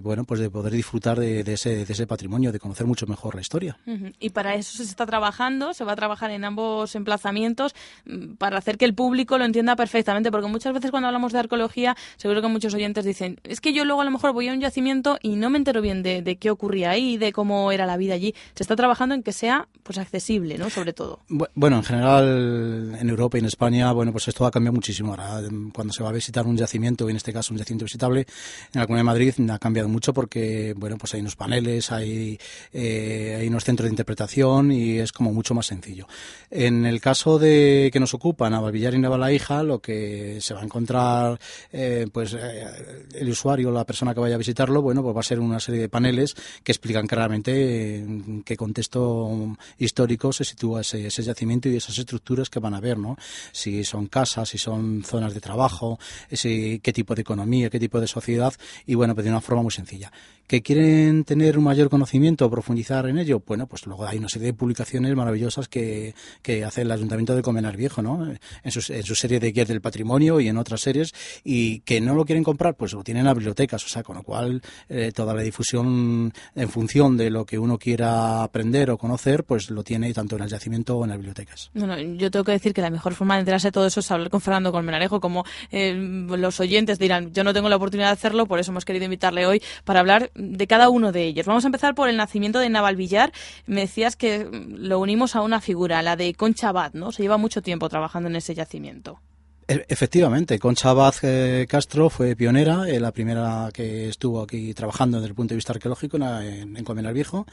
bueno, pues de poder disfrutar de, de, ese, de ese patrimonio, de conocer mucho mejor la historia. Uh-huh. Y para eso se está trabajando, se va a trabajar en ambos emplazamientos para hacer que el público lo entienda perfectamente, porque muchas veces cuando hablamos de arqueología, seguro que muchos oyentes dicen, es que yo luego a lo mejor voy a un yacimiento y no me entero bien de, de qué ocurría ahí, de cómo era la vida allí. Se está trabajando en que sea pues accesible, ¿no? Sobre todo. Bueno, en general en Europa y en España, bueno, pues esto ha cambiado muchísimo. Ahora, cuando se va a visitar un yacimiento, en este caso un yacimiento visitable, en la Comunidad de Madrid ha cambiado mucho porque, bueno, pues hay unos paneles, hay, eh, hay unos centros de interpretación y es como mucho más sencillo. En el caso de que nos ocupa Navalvillar y Navalaíja, lo que se va a encontrar, eh, pues eh, el usuario, la persona que vaya a visitarlo, bueno, pues va a ser una serie de paneles que explican claramente en qué contexto histórico se sitúa ese, ese yacimiento y esas estructuras que van a ver, ¿no? Si son casas, si son zonas de trabajo, si, qué tipo de economía, qué tipo de sociedad, y bueno, pues de una forma muy sencilla. ¿Que quieren tener un mayor conocimiento o profundizar en ello? Bueno, pues luego hay una serie de publicaciones maravillosas que, que hace el Ayuntamiento de Colmenar Viejo, ¿no? En su, en su serie de guías del patrimonio y en otras series, y que no lo quieren comprar, pues lo tienen en las bibliotecas, o sea, con lo cual eh, toda la difusión en función de lo que uno quiera aprender o conocer, pues lo tiene tanto en el yacimiento o en las bibliotecas. Bueno, yo tengo que decir que la mejor forma de enterarse de todo eso es hablar con Fernando Colmenarejo, como eh, los oyentes dirán, yo no tengo la oportunidad de hacerlo, por eso hemos querido invitarle hoy para hablar de cada uno de ellos. Vamos a empezar por el nacimiento de Navalvillar. Me decías que lo unimos a una figura, la de Concha Abad, ¿no? Se lleva mucho tiempo trabajando en ese yacimiento. Efectivamente, Concha Abad eh, Castro fue pionera, eh, la primera que estuvo aquí trabajando desde el punto de vista arqueológico en, en Colmenar Viejo,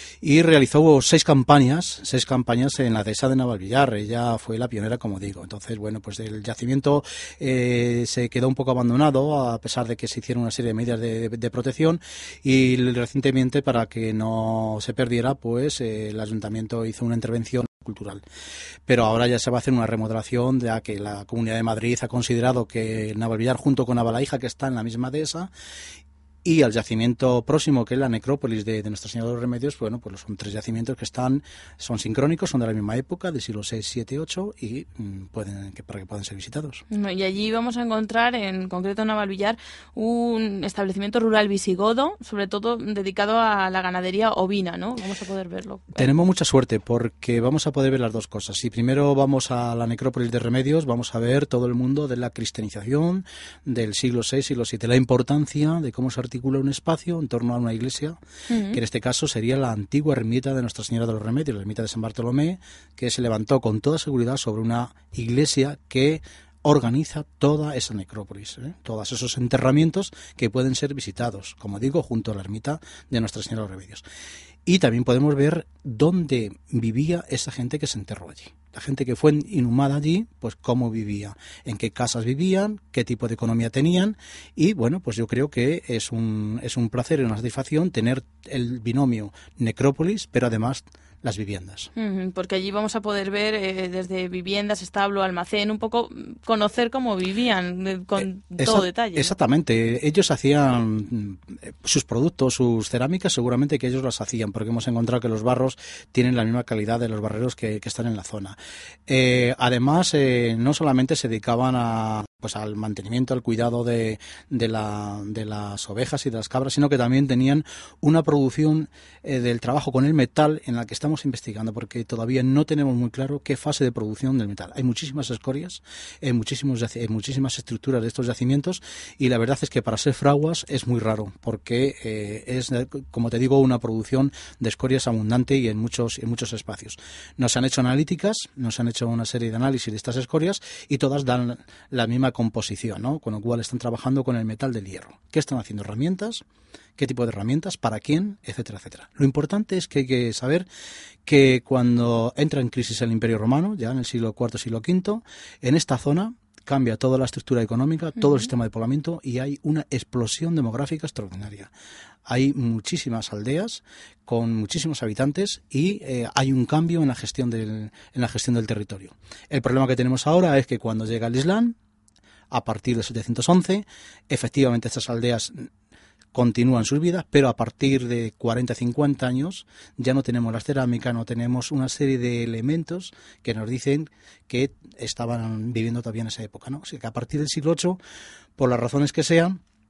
y realizó seis campañas, seis campañas en la dehesa de Navalvillar. Ella fue la pionera, como digo. Entonces, bueno, pues el yacimiento eh, se quedó un poco abandonado, a pesar de que se hicieron una serie de medidas de, de, de protección, y recientemente, para que no se perdiera, pues eh, el ayuntamiento hizo una intervención cultural. Pero ahora ya se va a hacer una remodelación, ya que la Comunidad de Madrid ha considerado que Navalvillar, junto con Navalaíja, que está en la misma dehesa, y al yacimiento próximo, que es la necrópolis de, de Nuestra Señora de los Remedios, bueno, pues son tres yacimientos que están, son sincrónicos, son de la misma época, del siglo seis, siete, ocho, y mmm, pueden, que, para que puedan ser visitados. Y allí vamos a encontrar, en concreto en Navalvillar, un establecimiento rural visigodo, sobre todo dedicado a la ganadería ovina, ¿no? Vamos a poder verlo. Tenemos mucha suerte porque vamos a poder ver las dos cosas. Si primero vamos a la necrópolis de Remedios, vamos a ver todo el mundo de la cristianización del siglo seis, siglo siete, la importancia de cómo se articula un espacio en torno a una iglesia, uh-huh. que en este caso sería la antigua ermita de Nuestra Señora de los Remedios, la ermita de San Bartolomé, que se levantó con toda seguridad sobre una iglesia que organiza toda esa necrópolis, ¿eh? Todos esos enterramientos que pueden ser visitados, como digo, junto a la ermita de Nuestra Señora de los Remedios. Y también podemos ver dónde vivía esa gente que se enterró allí. La gente que fue inhumada allí, pues cómo vivía, en qué casas vivían, qué tipo de economía tenían. Y bueno, pues yo creo que es un, es un placer y una satisfacción tener el binomio necrópolis, pero además las viviendas. Porque allí vamos a poder ver eh, desde viviendas, establo, almacén, un poco conocer cómo vivían con eh, todo esa, detalle. Exactamente. Ellos hacían sus productos, sus cerámicas, seguramente que ellos las hacían, porque hemos encontrado que los barros tienen la misma calidad de los barreros que, que están en la zona. Eh, además, eh, no solamente se dedicaban a pues al mantenimiento, al cuidado de, de, la, de las ovejas y de las cabras, sino que también tenían una producción eh, del trabajo con el metal en la que estamos investigando, porque todavía no tenemos muy claro qué fase de producción del metal. Hay muchísimas escorias, hay, muchísimos, hay muchísimas estructuras de estos yacimientos, y la verdad es que para ser fraguas es muy raro, porque eh, es, como te digo, una producción de escorias abundante y en muchos, en muchos espacios. Nos han hecho analíticas, nos han hecho una serie de análisis de estas escorias, y todas dan la misma composición, ¿no? Con lo cual están trabajando con el metal del hierro. ¿Qué están haciendo? ¿Herramientas? ¿Qué tipo de herramientas? ¿Para quién? Etcétera, etcétera. Lo importante es que hay que saber que cuando entra en crisis el Imperio Romano, ya en el siglo cuarto, siglo quinto, en esta zona cambia toda la estructura económica, todo uh-huh. el sistema de poblamiento, y hay una explosión demográfica extraordinaria. Hay muchísimas aldeas con muchísimos habitantes y eh, hay un cambio en la gestión del, en la gestión del territorio. El problema que tenemos ahora es que cuando llega el Islam, a partir de setecientos once, efectivamente estas aldeas continúan sus vidas, pero a partir de cuarenta a cincuenta años ya no tenemos las cerámicas, no tenemos una serie de elementos que nos dicen que estaban viviendo todavía en esa época, ¿no? O sea que a partir del siglo ocho, por las razones que sean,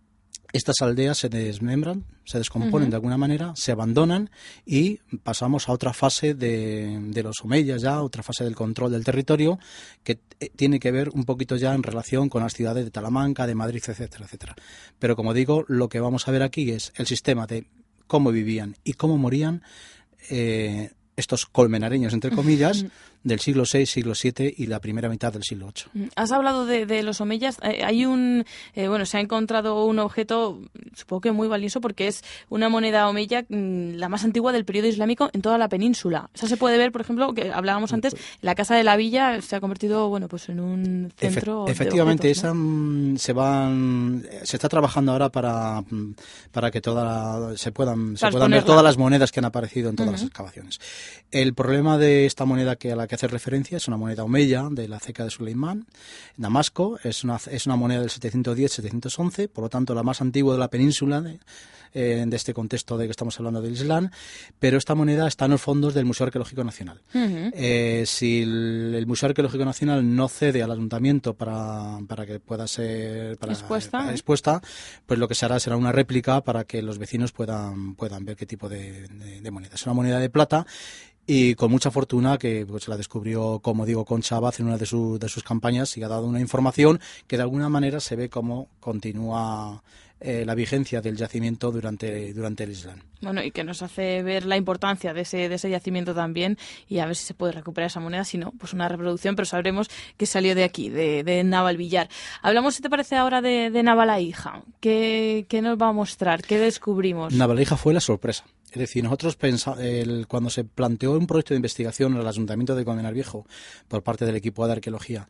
estas aldeas se desmembran, se descomponen uh-huh. de alguna manera, se abandonan y pasamos a otra fase de, de los omeyas ya, otra fase del control del territorio que t- tiene que ver un poquito ya en relación con las ciudades de Talamanca, de Madrid, etcétera, etcétera. Pero como digo, lo que vamos a ver aquí es el sistema de cómo vivían y cómo morían eh, estos colmenareños, entre comillas, del siglo seis, siglo siete y la primera mitad del siglo ocho. Has hablado de, de los omeyas. Eh, hay un, eh, bueno, se ha encontrado un objeto, supongo que muy valioso, porque es una moneda omeya, mmm, la más antigua del periodo islámico en toda la península. Eso se puede ver, por ejemplo, que hablábamos antes, la Casa de la Villa se ha convertido, bueno, pues en un centro. Efe- efectivamente, de objetos, esa ¿no? se van, se está trabajando ahora para para que toda se puedan se puedan ver todas las monedas que han aparecido en todas uh-huh. las excavaciones. El problema de esta moneda que a la que hace referencia es una moneda omeya de la ceca de Suleimán, Damasco, es una es una moneda del setecientos diez setecientos once, por lo tanto la más antigua de la península de, eh, de este contexto de que estamos hablando del Islam, pero esta moneda está en los fondos del Museo Arqueológico Nacional. Uh-huh. Eh, si el, el Museo Arqueológico Nacional no cede al ayuntamiento para, para que pueda ser para, expuesta, para expuesta, pues lo que se hará será una réplica para que los vecinos puedan puedan ver qué tipo de, de, de moneda. Es una moneda de plata. Y con mucha fortuna que pues, la descubrió, como digo, Concha Abad en una de, su, de sus campañas y ha dado una información que de alguna manera se ve cómo continúa eh, la vigencia del yacimiento durante, durante el Islam. Bueno, y que nos hace ver la importancia de ese, de ese yacimiento también y a ver si se puede recuperar esa moneda, si no, pues una reproducción, pero sabremos que salió de aquí, de, de Navalvillar. Hablamos, si te parece, ahora de, de Navalaíja. ¿Qué, ¿Qué nos va a mostrar? ¿Qué descubrimos? Navalaíja fue la sorpresa. Es decir, nosotros pensamos, el, cuando se planteó un proyecto de investigación en el Ayuntamiento de Colmenar Viejo por parte del equipo de arqueología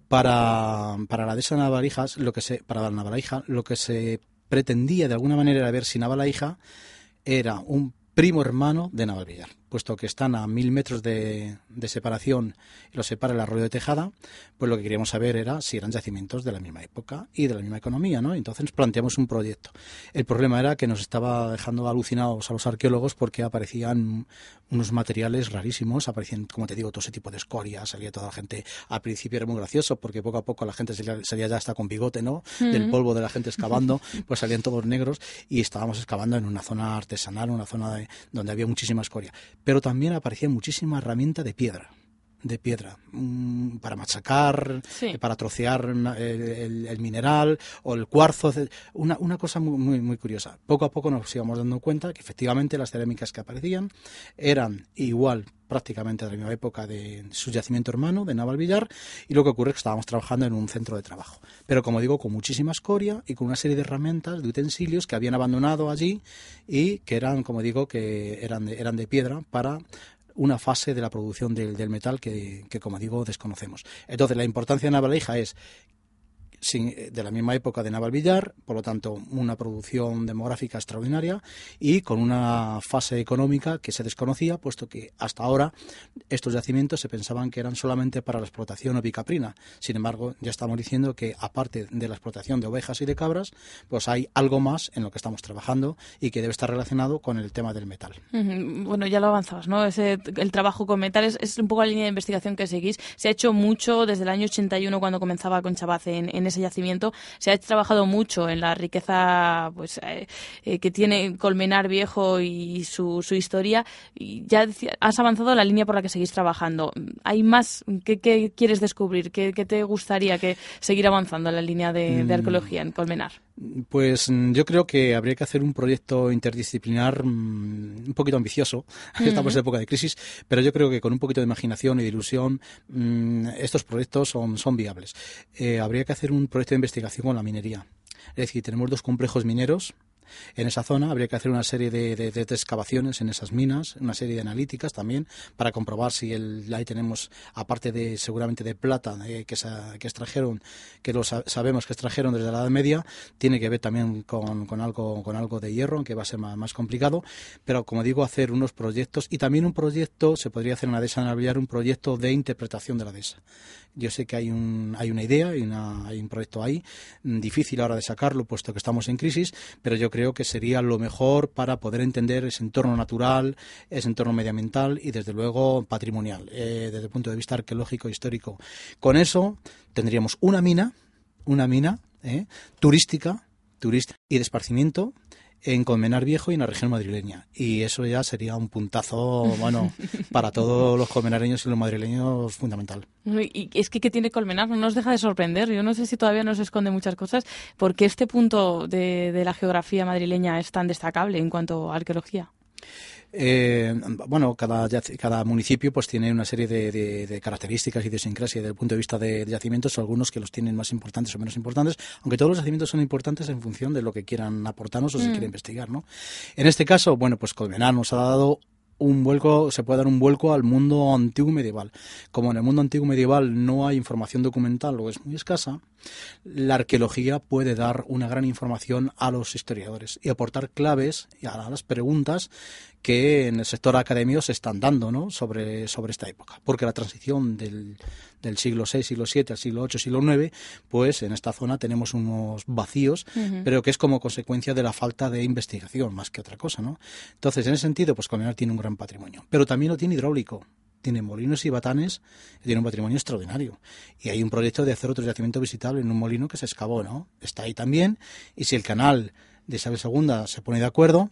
para, para la dehesa de Navalaíjas, lo que se, para la Navalaíja, lo que se pretendía de alguna manera era ver si Navalaíja era un primo hermano de Navalvillar, puesto que están a mil metros de, de separación y los separa el arroyo de Tejada, pues lo que queríamos saber era si eran yacimientos de la misma época y de la misma economía, ¿no? Entonces planteamos un proyecto. El problema era que nos estaba dejando alucinados a los arqueólogos porque aparecían unos materiales rarísimos, aparecían, como te digo, todo ese tipo de escoria, salía toda la gente, al principio era muy gracioso porque poco a poco la gente salía, salía ya hasta con bigote, ¿no? Mm-hmm. Del polvo de la gente excavando, pues salían todos negros y estábamos excavando en una zona artesanal, una zona de, donde había muchísima escoria. Pero también aparecía muchísima herramienta de piedra, de piedra, mmm, para machacar, sí. eh, para trocear el, el, el mineral o el cuarzo, una, una cosa muy, muy, muy curiosa. Poco a poco nos íbamos dando cuenta que efectivamente las cerámicas que aparecían eran igual prácticamente de la misma época de su yacimiento hermano, de Navalvillar, y lo que ocurre es que estábamos trabajando en un centro de trabajo. Pero, como digo, con muchísima escoria y con una serie de herramientas, de utensilios que habían abandonado allí y que eran, como digo, que eran de, eran de piedra para una fase de la producción del, del metal que, que, como digo, desconocemos. Entonces, la importancia de Navalaíja es de la misma época de Navalvillar, por lo tanto una producción demográfica extraordinaria y con una fase económica que se desconocía, puesto que hasta ahora estos yacimientos se pensaban que eran solamente para la explotación ovicaprina. Sin embargo, ya estamos diciendo que aparte de la explotación de ovejas y de cabras, pues hay algo más en lo que estamos trabajando y que debe estar relacionado con el tema del metal. Uh-huh. Bueno, ya lo avanzabas, ¿no? Ese, el trabajo con metales es un poco la línea de investigación que seguís. Se ha hecho mucho desde el año ochenta y uno, cuando comenzaba Concha Abad en, en ese yacimiento. Se ha trabajado mucho en la riqueza, pues eh, eh, que tiene Colmenar Viejo y su, su historia. Y ya decía, has avanzado la línea por la que seguís trabajando. ¿Hay más? ¿Qué, qué quieres descubrir? ¿Qué, qué te gustaría que seguir avanzando en la línea de, de arqueología en Colmenar? Pues yo creo que habría que hacer un proyecto interdisciplinar mmm, un poquito ambicioso. Uh-huh. Estamos en época de crisis, pero yo creo que con un poquito de imaginación y de ilusión mmm, estos proyectos son, son viables. Eh, habría que hacer un proyecto de investigación con la minería. Es decir, tenemos dos complejos mineros. En esa zona habría que hacer una serie de, de, de excavaciones en esas minas, una serie de analíticas también, para comprobar si el, ahí tenemos, aparte de seguramente de plata eh, que, sa, que extrajeron, que lo sa, sabemos que extrajeron desde la Edad Media, tiene que ver también con, con, algo, con algo de hierro, aunque va a ser más, más complicado, pero como digo, hacer unos proyectos, y también un proyecto, se podría hacer en la dehesa de Navalvillar, un proyecto de interpretación de la dehesa. Yo sé que hay un hay una idea, hay, una, hay un proyecto ahí, difícil ahora de sacarlo, puesto que estamos en crisis, pero yo creo que sería lo mejor para poder entender ese entorno natural, ese entorno medioambiental y, desde luego, patrimonial, eh, desde el punto de vista arqueológico e histórico. Con eso tendríamos una mina, una mina eh, turística, turística y de esparcimiento en Colmenar Viejo y en la región madrileña. Y eso ya sería un puntazo, bueno, para todos los colmenareños y los madrileños fundamental. Y es que ¿qué tiene Colmenar? No nos deja de sorprender. Yo no sé si todavía nos esconde muchas cosas, porque este punto de, de la geografía madrileña es tan destacable en cuanto a arqueología. Eh, bueno, cada, cada municipio pues tiene una serie de, de, de características y idiosincrasia desde el punto de vista de, de yacimientos, algunos que los tienen más importantes o menos importantes, aunque todos los yacimientos son importantes en función de lo que quieran aportarnos o se mm. quiere investigar, ¿no? En este caso, bueno, pues Colmenar nos ha dado un vuelco, se puede dar un vuelco al mundo antiguo medieval. Como en el mundo antiguo medieval no hay información documental o es muy escasa, la arqueología puede dar una gran información a los historiadores y aportar claves a las preguntas que en el sector académico se están dando, ¿no? sobre, sobre esta época. Porque la transición del, del siglo seis, siglo siete al siglo ocho, siglo nueve, pues en esta zona tenemos unos vacíos, uh-huh. pero que es como consecuencia de la falta de investigación, más que otra cosa, ¿no? Entonces, en ese sentido, pues Colmenar tiene un gran patrimonio. Pero también lo tiene hidráulico. Tiene molinos y batanes, tiene un patrimonio extraordinario. Y hay un proyecto de hacer otro yacimiento visitable en un molino que se excavó, ¿no? Está ahí también. Y si el canal de Isabel segunda se pone de acuerdo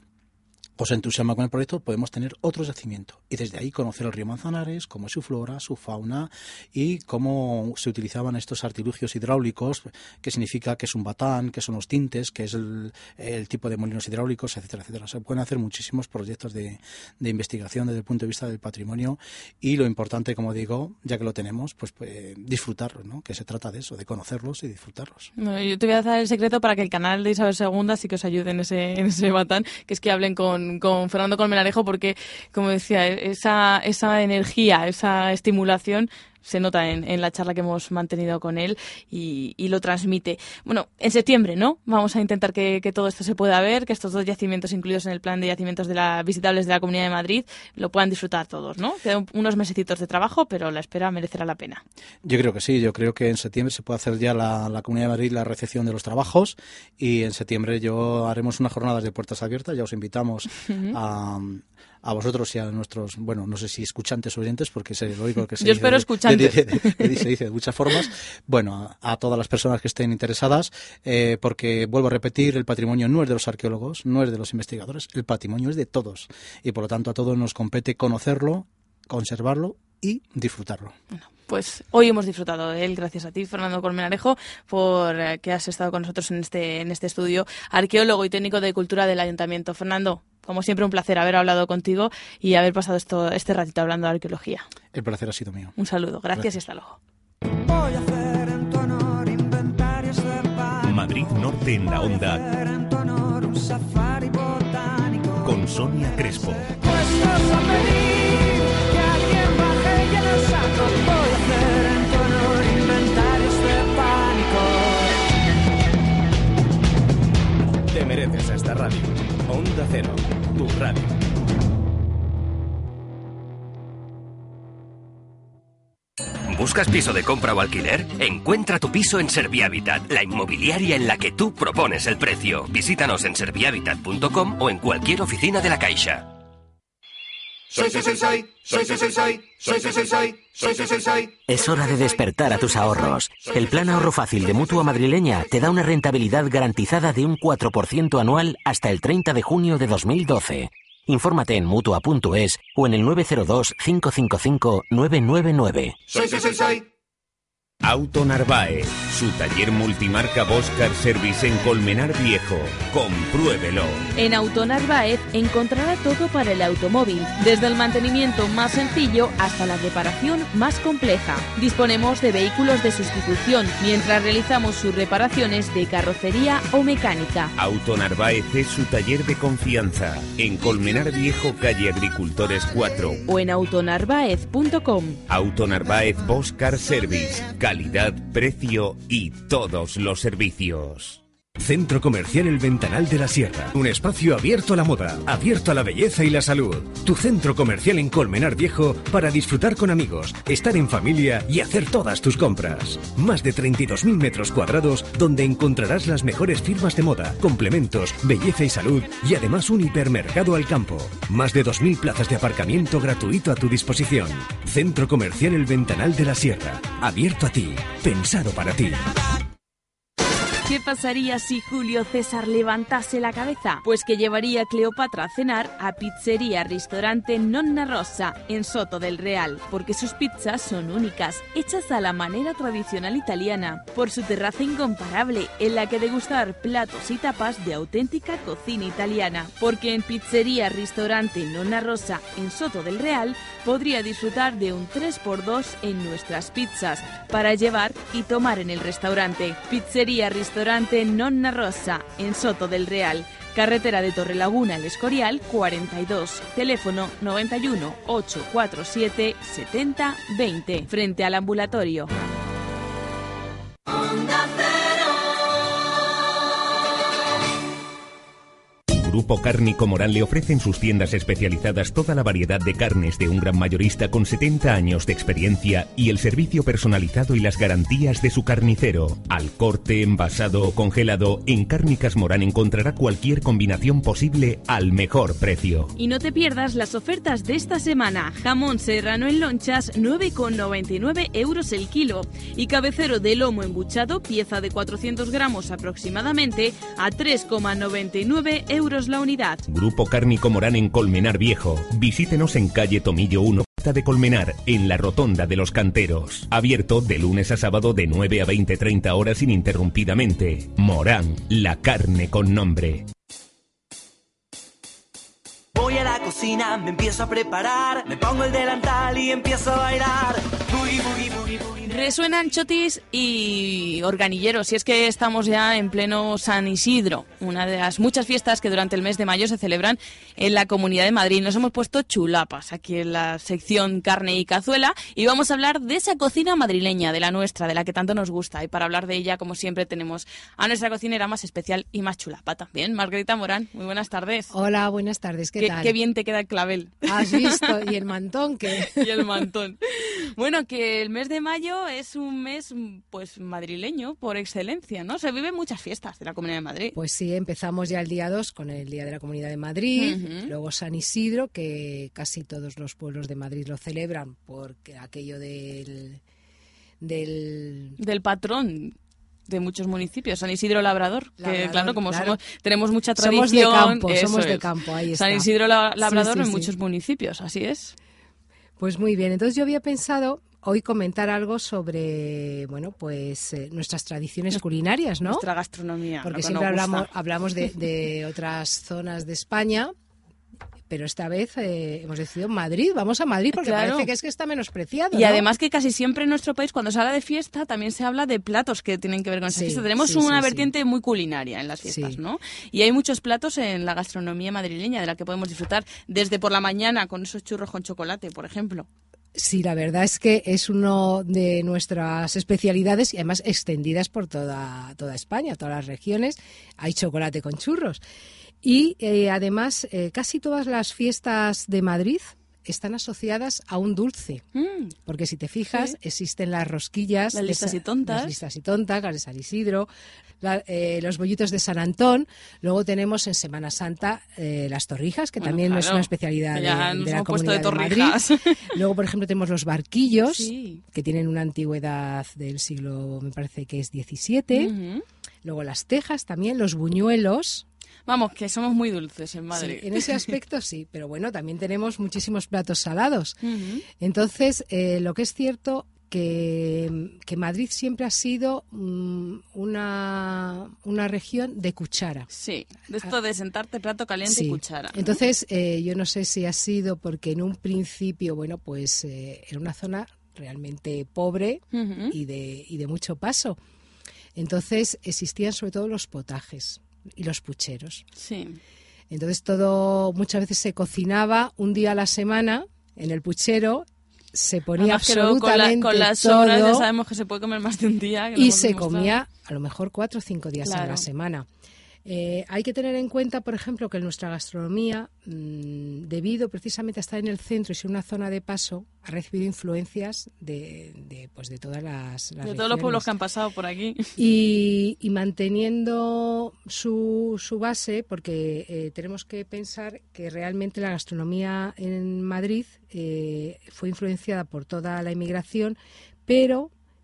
o se entusiasma con el proyecto, podemos tener otro yacimiento. Y desde ahí conocer el río Manzanares, cómo es su flora, su fauna y cómo se utilizaban estos artilugios hidráulicos, que significa que es un batán, que son los tintes, que es el, el tipo de molinos hidráulicos, etcétera, etcétera. Se pueden hacer muchísimos proyectos de, de investigación desde el punto de vista del patrimonio y lo importante, como digo, ya que lo tenemos, pues, pues disfrutarlos, ¿no? Que se trata de eso, de conocerlos y disfrutarlos. Bueno, yo te voy a dar el secreto para que el canal de Isabel segunda sí que os ayude en ese, en ese batán, que es que hablen con con Fernando Colmenarejo, porque, como decía, esa, esa energía, esa estimulación se nota en, en la charla que hemos mantenido con él y, y lo transmite. Bueno, en septiembre, ¿no? Vamos a intentar que, que todo esto se pueda ver, que estos dos yacimientos incluidos en el plan de yacimientos de la, visitables de la Comunidad de Madrid lo puedan disfrutar todos, ¿no? Quedan unos mesecitos de trabajo, pero la espera merecerá la pena. Yo creo que sí, yo creo que en septiembre se puede hacer ya la, la Comunidad de Madrid la recepción de los trabajos y en septiembre yo haremos unas jornadas de puertas abiertas, ya os invitamos uh-huh. a... a vosotros y a nuestros, bueno, no sé si escuchantes o oyentes, porque se lo oigo que se Yo dice espero de, escuchantes. De, de, de, de, se dice de muchas formas. Bueno, a, a todas las personas que estén interesadas, eh, porque vuelvo a repetir, el patrimonio no es de los arqueólogos, no es de los investigadores, el patrimonio es de todos. Y por lo tanto a todos nos compete conocerlo, conservarlo y disfrutarlo. Bueno, pues hoy hemos disfrutado de él, gracias a ti, Fernando Colmenarejo, por eh, que has estado con nosotros en este, en este estudio, arqueólogo y técnico de cultura del Ayuntamiento. Fernando, como siempre, un placer haber hablado contigo y haber pasado esto, este ratito hablando de arqueología. El placer ha sido mío. Un saludo, gracias, gracias. Y hasta luego. Voy a hacer en tu honor inventarios de pan. Madrid Norte en la Onda. Voy a hacer en tu honor un safari botánico. Con Sonia Crespo. Puestos a pedir que alguien baje y el saco. Voy a hacer en tu honor inventarios de pánico. Te mereces esta radio. Onda Cero, tu radio. ¿Buscas piso de compra o alquiler? Encuentra tu piso en Servihabitat, la inmobiliaria en la que tú propones el precio. Visítanos en servihabitat punto com o en cualquier oficina de la Caixa. Soy, soy, soy, soy, soy, soy, soy, soy, soy, soy, soy, soy, soy, soy, soy, soy. Es hora de despertar a tus ahorros. El plan ahorro fácil de Mutua Madrileña te da una rentabilidad garantizada de un cuatro por ciento anual hasta el treinta de junio de dos mil doce. Infórmate en mutua punto es o en el nueve cero dos, cinco cinco cinco, nueve nueve nueve. Soy, soy, soy, soy. Auto Narváez, su taller multimarca Bosch Car Service en Colmenar Viejo. Compruébelo. En Auto Narváez encontrará todo para el automóvil, desde el mantenimiento más sencillo hasta la reparación más compleja. Disponemos de vehículos de sustitución, mientras realizamos sus reparaciones de carrocería o mecánica. Auto Narváez es su taller de confianza. En Colmenar Viejo, calle Agricultores cuatro. O en auto narváez punto com. Auto Narváez Bosch Car Service. Calidad, precio y todos los servicios. Centro Comercial El Ventanal de la Sierra. Un espacio abierto a la moda, abierto a la belleza y la salud. Tu centro comercial en Colmenar Viejo para disfrutar con amigos, estar en familia y hacer todas tus compras. Más de treinta y dos mil metros cuadrados donde encontrarás las mejores firmas de moda, complementos, belleza y salud y además un hipermercado al campo. Más de dos mil plazas de aparcamiento gratuito a tu disposición. Centro Comercial El Ventanal de la Sierra. Abierto a ti, pensado para ti. ¿Qué pasaría si Julio César levantase la cabeza? Pues que llevaría a Cleopatra a cenar a Pizzería Restaurante Nonna Rosa en Soto del Real, porque sus pizzas son únicas, hechas a la manera tradicional italiana, por su terraza incomparable en la que degustar platos y tapas de auténtica cocina italiana, porque en Pizzería Restaurante Nonna Rosa en Soto del Real podría disfrutar de un tres por dos en nuestras pizzas para llevar y tomar en el restaurante. Pizzería Restaurante Nonna Rosa en Soto del Real, carretera de Torrelaguna El Escorial cuarenta y dos, teléfono noventa y uno, ochocientos cuarenta y siete, setenta, veinte, frente al ambulatorio. Grupo Cárnico Morán le ofrece en sus tiendas especializadas toda la variedad de carnes de un gran mayorista con setenta años de experiencia y el servicio personalizado y las garantías de su carnicero. Al corte, envasado o congelado, en Cárnicas Morán encontrará cualquier combinación posible al mejor precio. Y no te pierdas las ofertas de esta semana. Jamón serrano en lonchas, nueve con noventa y nueve euros el kilo. Y cabecero de lomo embuchado, pieza de cuatrocientos gramos aproximadamente, a tres con noventa y nueve euros la unidad. Grupo Cárnico Morán en Colmenar Viejo. Visítenos en calle Tomillo uno de Colmenar, en la Rotonda de los Canteros. Abierto de lunes a sábado de nueve a veinte treinta horas ininterrumpidamente. Morán, la carne con nombre. Voy a la cocina, me empiezo a preparar, me pongo el delantal y empiezo a bailar. Boogie, boogie, boogie, boogie. Resuenan chotis y organilleros, y es que estamos ya en pleno San Isidro, una de las muchas fiestas que durante el mes de mayo se celebran en la Comunidad de Madrid. Nos hemos puesto chulapas aquí en la sección carne y cazuela y vamos a hablar de esa cocina madrileña, de la nuestra, de la que tanto nos gusta. Y para hablar de ella, como siempre, tenemos a nuestra cocinera más especial y más chulapa también, Margarita Morán. Muy buenas tardes. Hola, buenas tardes, ¿qué, ¿Qué tal? Qué bien te queda el clavel. ¿Has visto? Y el mantón, que y el mantón. Bueno, que el mes de mayo es un mes pues madrileño por excelencia, ¿no? Se viven muchas fiestas de la Comunidad de Madrid. Pues sí, empezamos ya el día dos con el Día de la Comunidad de Madrid, uh-huh. Luego San Isidro, que casi todos los pueblos de Madrid lo celebran porque aquello del... del, del patrón de muchos municipios, San Isidro Labrador, Labrador que claro, como claro. somos tenemos mucha tradición. Somos de campo, somos de campo, ahí está. San Isidro Labrador sí, sí, en sí. muchos municipios, así es. Pues muy bien, entonces yo había pensado hoy comentar algo sobre, bueno, pues eh, nuestras tradiciones culinarias, ¿no? Nuestra gastronomía. Porque siempre hablamos, hablamos de, de otras zonas de España, pero esta vez eh, hemos decidido Madrid, vamos a Madrid porque claro. Parece que es que está menospreciado, Y ¿no? además que casi siempre en nuestro país, cuando se habla de fiesta, también se habla de platos que tienen que ver con esa sí, fiesta. Tenemos sí, una sí, vertiente sí. muy culinaria en las fiestas, sí. ¿no? Y hay muchos platos en la gastronomía madrileña de la que podemos disfrutar desde por la mañana con esos churros con chocolate, por ejemplo. Sí, la verdad es que es uno de nuestras especialidades y además extendidas por toda, toda España, todas las regiones. Hay chocolate con churros. Y eh, además eh, casi todas las fiestas de Madrid están asociadas a un dulce. Mm. Porque si te fijas, sí. existen las rosquillas. Las listas y tontas. Las listas y tontas, las de San Isidro, la, eh, los bollitos de San Antón. Luego tenemos en Semana Santa eh, las torrijas, que bueno, también claro. es una especialidad de, de la Comunidad de, de Madrid. Luego, por ejemplo, tenemos los barquillos, sí. que tienen una antigüedad del siglo, me parece que es diecisiete. Uh-huh. Luego las tejas también, los buñuelos. Vamos, que somos muy dulces en Madrid. Sí, en ese aspecto sí, pero bueno, también tenemos muchísimos platos salados. Uh-huh. Entonces, eh, lo que es cierto que, que Madrid siempre ha sido um, una, una región de cuchara. Sí, de esto de sentarte plato caliente sí. y cuchara, ¿no? Entonces, eh, yo no sé si ha sido porque en un principio, bueno, pues eh, era una zona realmente pobre uh-huh. y, de, y de mucho paso. Entonces, existían sobre todo los potajes y los pucheros. Sí. Entonces todo muchas veces se cocinaba un día a la semana en el puchero, se ponía Además, absolutamente con, la, con las todo, sobras ya sabemos que se puede comer más de un día. Que y se comía a lo mejor cuatro o cinco días claro. a la semana. Eh, hay que tener en cuenta, por ejemplo, que en nuestra gastronomía, mmm, debido precisamente a estar en el centro y ser una zona de paso, ha recibido influencias de, de, pues de todas las, las De regiones. todos los pueblos que han pasado por aquí. Y, y manteniendo su, su base, porque eh, tenemos que pensar que realmente la gastronomía en Madrid eh, fue influenciada por toda la inmigración, pero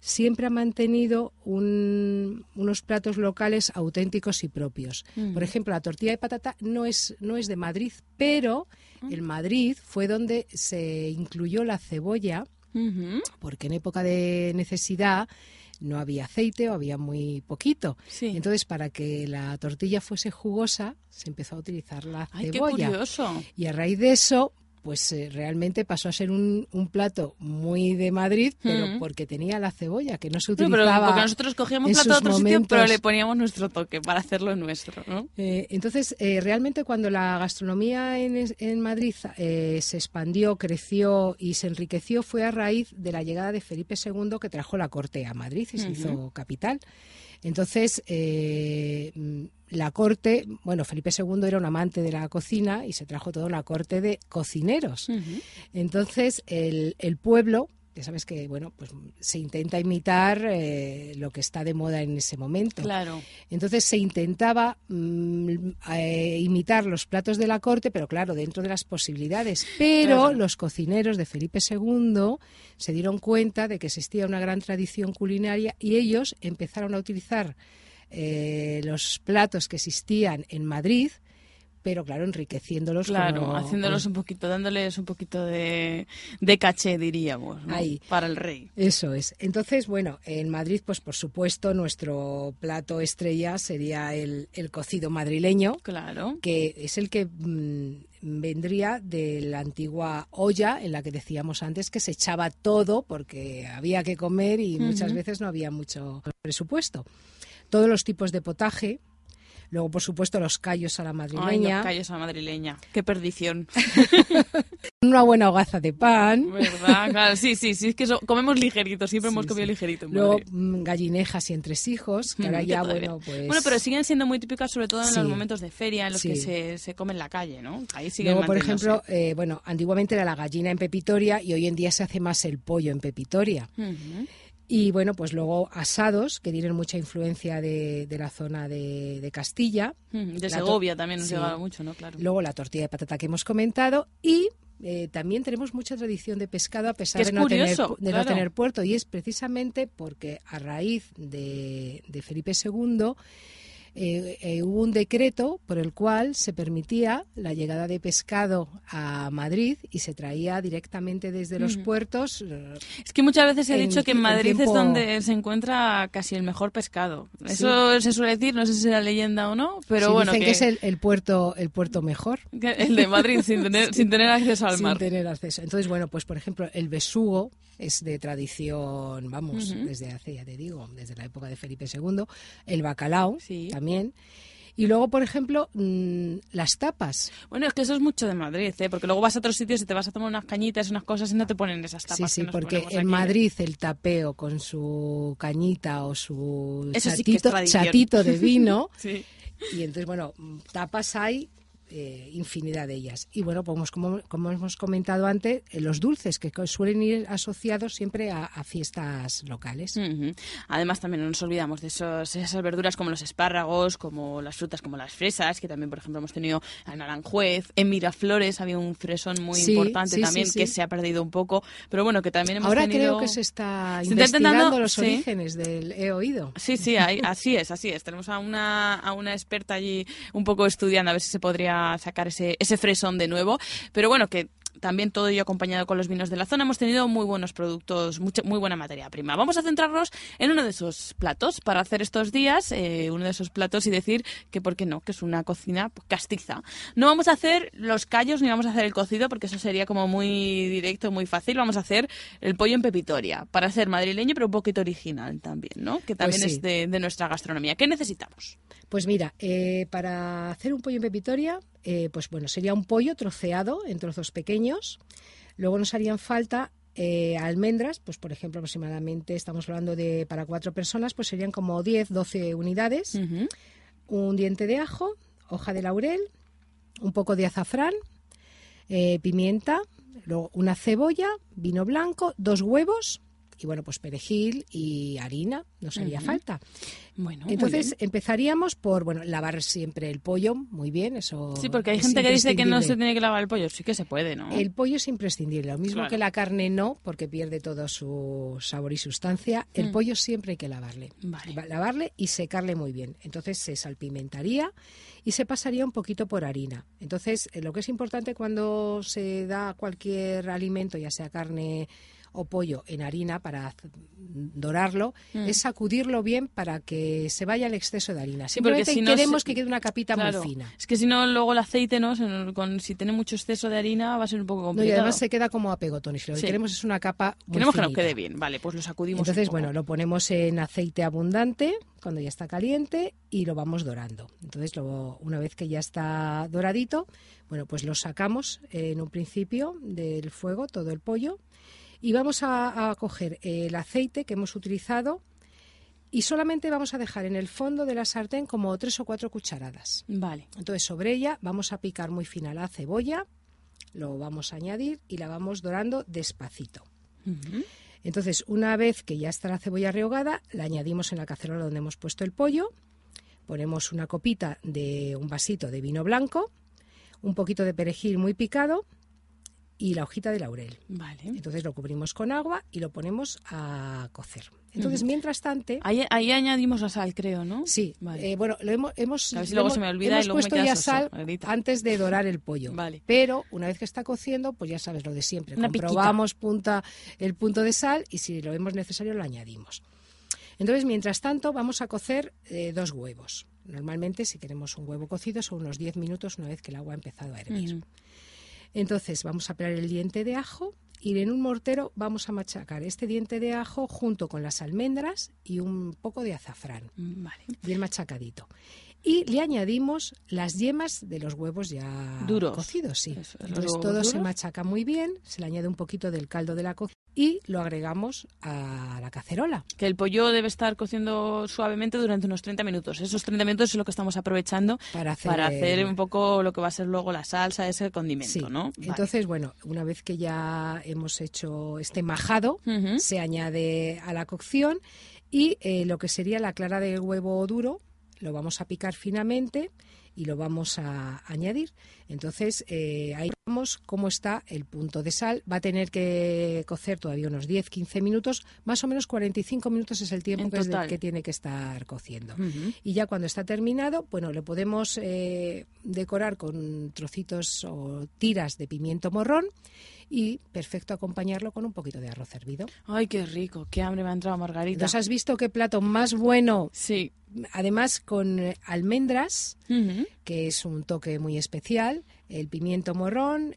siempre ha mantenido un, unos platos locales auténticos y propios. Mm. Por ejemplo, la tortilla de patata no es, no es de Madrid, pero mm. en Madrid fue donde se incluyó la cebolla, mm-hmm. porque en época de necesidad no había aceite o había muy poquito. Sí. Entonces, para que la tortilla fuese jugosa, se empezó a utilizar la Ay, cebolla. ¡Qué curioso! Y a raíz de eso, pues eh, realmente pasó a ser un, un plato muy de Madrid, pero mm. porque tenía la cebolla, que no se utilizaba. No, pero porque nosotros cogíamos plato de otro momentos. sitio, pero le poníamos nuestro toque para hacerlo nuestro, ¿no? Eh, entonces, eh, realmente cuando la gastronomía en, en Madrid eh, se expandió, creció y se enriqueció, fue a raíz de la llegada de Felipe segundo, que trajo la corte a Madrid y se uh-huh. hizo capital. Entonces, eh, la corte, bueno, Felipe segundo era un amante de la cocina y se trajo toda una corte de cocineros. Uh-huh. Entonces, el, el pueblo, ya sabes que, bueno, pues se intenta imitar eh, lo que está de moda en ese momento. Claro. Entonces, se intentaba mm, eh, imitar los platos de la corte, pero claro, dentro de las posibilidades. Pero claro. los cocineros de Felipe segundo se dieron cuenta de que existía una gran tradición culinaria y ellos empezaron a utilizar eh, los platos que existían en Madrid, pero claro, enriqueciéndolos. Claro, como, haciéndolos como... un poquito, dándoles un poquito de, de caché, diríamos, ¿no? Ahí. Para el rey. Eso es. Entonces, bueno, en Madrid, pues por supuesto, nuestro plato estrella sería el, el cocido madrileño. Claro. Que es el que mmm, vendría de la antigua olla en la que decíamos antes que se echaba todo porque había que comer y uh-huh. muchas veces no había mucho presupuesto. Todos los tipos de potaje. Luego, por supuesto, los callos a la madrileña. Ay, los callos a la madrileña. ¡Qué perdición! Una buena hogaza de pan. ¿Verdad? Claro, sí, sí, sí. Es que so, comemos ligerito. Siempre sí, hemos comido sí. ligerito. Luego, mmm, gallinejas y entresijos, que mm, ahora ya, bueno, pues... Bueno, pero siguen siendo muy típicas, sobre todo en sí. los momentos de feria, en los sí. que se, se come en la calle, ¿no? Ahí siguen Luego, por ejemplo, eh, bueno, antiguamente era la gallina en pepitoria y hoy en día se hace más el pollo en pepitoria. Uh-huh. Y bueno, pues luego asados, que tienen mucha influencia de, de la zona de, de Castilla. Mm, de Segovia to- también nos sí. llegaba mucho, ¿no? Claro. Luego la tortilla de patata que hemos comentado y eh, también tenemos mucha tradición de pescado a pesar de, no curioso, tener, de claro. no tener puerto. Y es precisamente porque a raíz de, de Felipe segundo eh, eh, hubo un decreto por el cual se permitía la llegada de pescado a Madrid y se traía directamente desde los mm. puertos. Es que muchas veces se ha dicho que en Madrid tiempo... es donde se encuentra casi el mejor pescado. Eso sí. se suele decir, no sé si será leyenda o no, pero sí, bueno. Dicen que... que es el, el puerto el puerto mejor. El de Madrid, sin tener, sin tener acceso al sin mar. Sin tener acceso. Entonces, bueno, pues por ejemplo, el besugo es de tradición, vamos, uh-huh. desde hace, ya te digo, desde la época de Felipe segundo. El bacalao sí. también. Y luego, por ejemplo, mmm, las tapas. Bueno, es que eso es mucho de Madrid, ¿eh? Porque luego vas a otros sitios y te vas a tomar unas cañitas, unas cosas y no te ponen esas tapas. Sí, sí, que porque nos en aquí. Madrid el tapeo con su cañita o su eso chatito, sí chatito de vino. sí. Y entonces, bueno, tapas hay... Eh, infinidad de ellas. Y bueno, pues como, como hemos comentado antes, eh, los dulces que suelen ir asociados siempre a, a fiestas locales. Uh-huh. Además, también no nos olvidamos de esos, esas verduras como los espárragos, como las frutas como las fresas, que también, por ejemplo, hemos tenido en Aranjuez, en Miraflores había un fresón muy sí, importante sí, también, sí, sí. que se ha perdido un poco, pero bueno, que también hemos Ahora tenido... creo que se está se investigando intentando... los sí. orígenes del he oído. Sí, sí, hay, así es, así es. Tenemos a una, a una experta allí un poco estudiando a ver si se podría sacar ese ese fresón de nuevo, pero bueno, que también todo ello acompañado con los vinos de la zona. Hemos tenido muy buenos productos, mucha, muy buena materia prima. Vamos a centrarnos en uno de esos platos para hacer estos días, eh, uno de esos platos y decir que, ¿por qué no?, que es una cocina castiza. No vamos a hacer los callos ni vamos a hacer el cocido porque eso sería como muy directo, muy fácil. Vamos a hacer el pollo en pepitoria para ser madrileño, pero un poquito original también, ¿no? Que también pues sí. es de, de nuestra gastronomía. ¿Qué necesitamos? Pues mira, eh, para hacer un pollo en pepitoria, eh, pues bueno, sería un pollo troceado en trozos pequeños. Luego nos harían falta eh, almendras, pues por ejemplo, aproximadamente estamos hablando de para cuatro personas, pues serían como diez, doce unidades. Uh-huh. Un diente de ajo, hoja de laurel, un poco de azafrán, eh, pimienta, luego una cebolla, vino blanco, dos huevos, y bueno, pues perejil y harina nos haría Ujú. falta. Bueno, Entonces muy bien. empezaríamos por, bueno, lavar siempre el pollo, muy bien, eso Sí, porque hay es gente que dice que no se imprescindible. tiene que lavar el pollo. Sí que se puede, ¿no? El pollo es imprescindible, lo mismo Claro. que la carne no, porque pierde todo su sabor y sustancia. El Mm. pollo siempre hay que lavarle. Vale. Va- Lavarle y secarle muy bien. Entonces se salpimentaría y se pasaría un poquito por harina. Entonces, eh, lo que es importante cuando se da cualquier alimento, ya sea carne o pollo en harina para haz- dorarlo, Mm. es sacudirlo bien para que se vaya el exceso de harina. Sí, porque Simplemente si no queremos se- que quede una capita Claro. muy fina. Es que si no, luego el aceite, ¿no? Se nos- con, si tiene mucho exceso de harina va a ser un poco No, complicado. y además se queda como a pegotones. Lo que Sí. queremos es una capa muy Queremos que nos finita. quede bien. Vale, pues lo sacudimos Entonces, un poco. bueno, lo ponemos en aceite abundante cuando ya está caliente y lo vamos dorando. Entonces, luego, una vez que ya está doradito, bueno, pues lo sacamos en un principio del fuego, todo el pollo, y vamos a, a coger el aceite que hemos utilizado y solamente vamos a dejar en el fondo de la sartén como tres o cuatro cucharadas. Vale. Entonces, sobre ella vamos a picar muy fina la cebolla, lo vamos a añadir y la vamos dorando despacito. Ujú. Entonces, una vez que ya está la cebolla rehogada, la añadimos en la cacerola donde hemos puesto el pollo, ponemos una copita de un vasito de vino blanco, un poquito de perejil muy picado y la hojita de laurel. Vale. Entonces lo cubrimos con agua y lo ponemos a cocer. Entonces, Ujú. mientras tanto... Ahí, ahí añadimos la sal, creo, ¿no? Sí, Vale. eh, bueno, lo hemos, hemos, A ver si lo luego hemos- se me olvida y hemos luego me puesto queda ya soso, sal Margarita. antes de dorar el pollo. Vale. Pero una vez que está cociendo, pues ya sabes lo de siempre. Una piquita. Comprobamos punta, el punto de sal y si lo vemos necesario lo añadimos. Entonces, mientras tanto, vamos a cocer eh, dos huevos. Normalmente, si queremos un huevo cocido, son unos diez minutos una vez que el agua ha empezado a hervir. Ujú. Entonces, vamos a pelar el diente de ajo y en un mortero vamos a machacar este diente de ajo junto con las almendras y un poco de azafrán, Vale. bien machacadito. Y le añadimos las yemas de los huevos ya Duros. cocidos, sí. Eso es, los Entonces huevos todo se duros. machaca muy bien, se le añade un poquito del caldo de la cocina y lo agregamos a la cacerola. Que el pollo debe estar cociendo suavemente durante unos treinta minutos. Esos treinta minutos es lo que estamos aprovechando Para hacer, para hacer un poco lo que va a ser luego la salsa, ese condimento, Sí. ¿no? Vale. Entonces, bueno, una vez que ya hemos hecho este majado, Ujú. se añade a la cocción y eh, lo que sería la clara de huevo duro lo vamos a picar finamente y lo vamos a añadir. Entonces, eh, ahí vemos cómo está el punto de sal. Va a tener que cocer todavía unos diez a quince minutos, más o menos cuarenta y cinco minutos es el tiempo En que, es de- total. que tiene que estar cociendo. Ujú. Y ya cuando está terminado, bueno, le podemos eh, decorar con trocitos o tiras de pimiento morrón y perfecto acompañarlo con un poquito de arroz hervido. Ay, qué rico, qué hambre me ha entrado, Margarita. Entonces, ¿has visto qué plato más bueno? Sí. Además, con eh, almendras, Ujú. que es un toque muy especial, el pimiento morrón,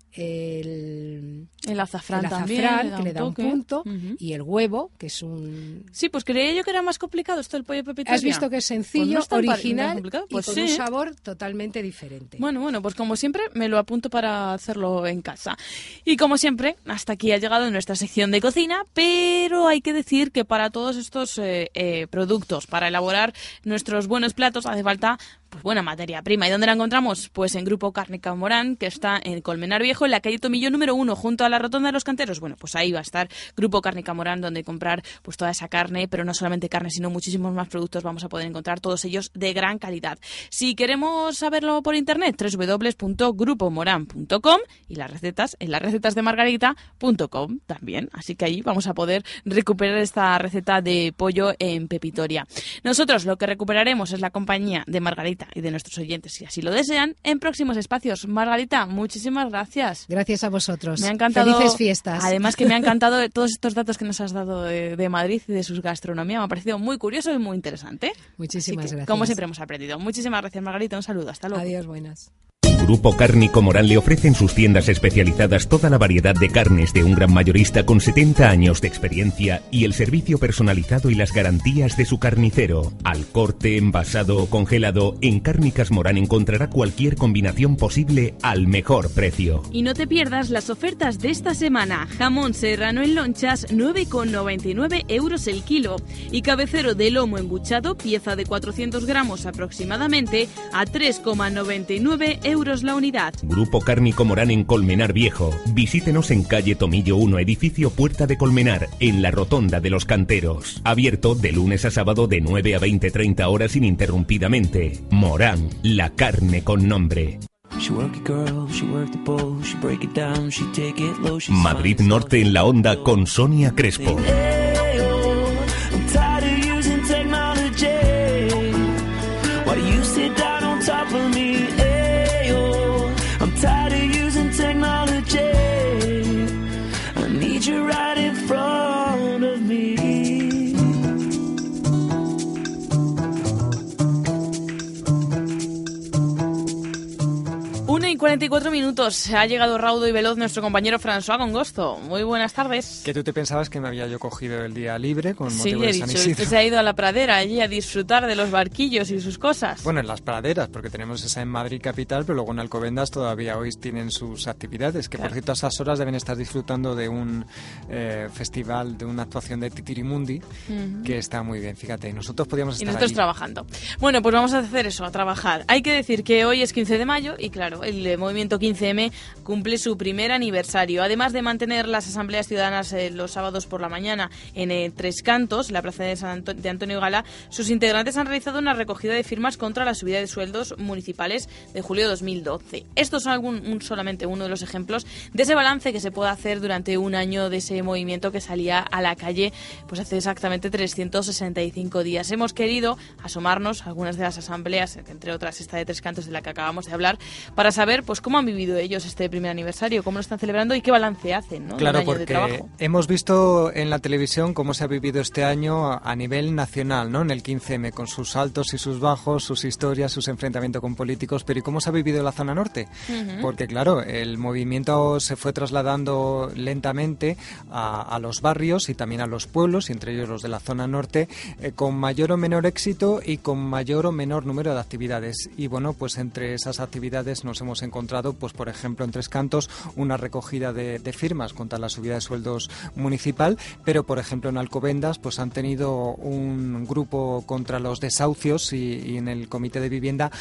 el, El azafrán el también, azafrán, le da que un le da un toque. punto, Ujú. y el huevo, que es un... Sí, pues creía yo que era más complicado esto del pollo pepitoria. ¿Has visto que es sencillo, Pues no es tan par- original tan complicado? Pues y con sí. un sabor totalmente diferente? Bueno, bueno, pues como siempre me lo apunto para hacerlo en casa. Y como siempre, hasta aquí ha llegado nuestra sección de cocina, pero hay que decir que para todos estos eh, eh, productos, para elaborar nuestros buenos platos, hace falta pues buena materia prima. ¿Y dónde la encontramos? Pues en Grupo Cárnica Morán, que está en Colmenar Viejo, en la calle Tomillo número uno, junto a la Rotonda de los Canteros. Bueno, pues ahí va a estar Grupo Cárnica Morán, donde comprar pues toda esa carne, pero no solamente carne, sino muchísimos más productos vamos a poder encontrar, todos ellos de gran calidad. Si queremos saberlo por internet, doble u doble u doble u punto grupo morán punto com y las recetas en las recetas de margarita punto com también. Así que ahí vamos a poder recuperar esta receta de pollo en pepitoria. Nosotros lo que recuperaremos es la compañía de Margarita y de nuestros oyentes, si así lo desean, en próximos espacios. Margarita, muchísimas gracias. Gracias a vosotros. Me ha encantado. Felices fiestas. Además que me ha encantado todos estos datos que nos has dado de, de Madrid y de su gastronomía. Me ha parecido muy curioso y muy interesante. Muchísimas Así que, gracias. como siempre hemos aprendido. Muchísimas gracias, Margarita. Un saludo. Hasta luego. Adiós, buenas. Grupo Cárnico Morán le ofrece en sus tiendas especializadas toda la variedad de carnes de un gran mayorista con setenta años de experiencia y el servicio personalizado y las garantías de su carnicero. Al corte, envasado o congelado, en Cárnicas Morán encontrará cualquier combinación posible al mejor precio. Y no te pierdas las ofertas de esta semana. Jamón serrano en lonchas, nueve con noventa y nueve euros el kilo. Y cabecero de lomo embuchado, pieza de cuatrocientos gramos aproximadamente, a tres con noventa y nueve euros euros la unidad. Grupo Cárnico Morán en Colmenar Viejo. Visítenos en calle Tomillo uno, edificio Puerta de Colmenar, en la Rotonda de los Canteros. Abierto de lunes a sábado de nueve a veinte treinta horas ininterrumpidamente. Morán, la carne con nombre. Madrid Norte en la Onda con Sonia Crespo. cuarenta y cuatro minutos. Ha llegado raudo y veloz nuestro compañero François Congosto. Muy buenas tardes. Que tú te pensabas que me había yo cogido el día libre con motivo sí, de San Isidro. Sí, usted se ha ido a la pradera allí a disfrutar de los barquillos y sus cosas. Bueno, en las praderas, porque tenemos esa en Madrid capital, pero luego en Alcobendas todavía hoy tienen sus actividades, que claro, por cierto a esas horas deben estar disfrutando de un eh, festival, de una actuación de Titirimundi, uh-huh, que está muy bien, fíjate, y nosotros podíamos estar Y nosotros allí trabajando. Bueno, pues vamos a hacer eso, a trabajar. Hay que decir que hoy es quince de mayo y claro, el eh, movimiento quince eme cumple su primer aniversario. Además de mantener las asambleas ciudadanas eh, los sábados por la mañana en eh, Tres Cantos, la plaza de, San Anto- de Antonio Gala, sus integrantes han realizado una recogida de firmas contra la subida de sueldos municipales de julio de dos mil doce. Estos son algún, un, solamente uno de los ejemplos de ese balance que se puede hacer durante un año de ese movimiento que salía a la calle pues hace exactamente trescientos sesenta y cinco días. Hemos querido asomarnos a algunas de las asambleas, entre otras esta de Tres Cantos de la que acabamos de hablar, para saber pues cómo han vivido ellos este primer aniversario, cómo lo están celebrando y qué balance hacen, ¿no? Claro, de un año de porque trabajo. Hemos visto en la televisión cómo se ha vivido este año a nivel nacional, ¿no? En el quince eme, con sus altos y sus bajos, sus historias, sus enfrentamientos con políticos, pero ¿y cómo se ha vivido en la zona norte? Uh-huh. Porque claro, el movimiento se fue trasladando lentamente a, a los barrios y también a los pueblos, y entre ellos los de la zona norte, eh, con mayor o menor éxito y con mayor o menor número de actividades. Y bueno, pues entre esas actividades nos hemos encontrado, pues por ejemplo, en Tres Cantos, una recogida de, de firmas contra la subida de sueldos municipal, pero por ejemplo en Alcobendas pues han tenido un grupo contra los desahucios y, y en el comité de vivienda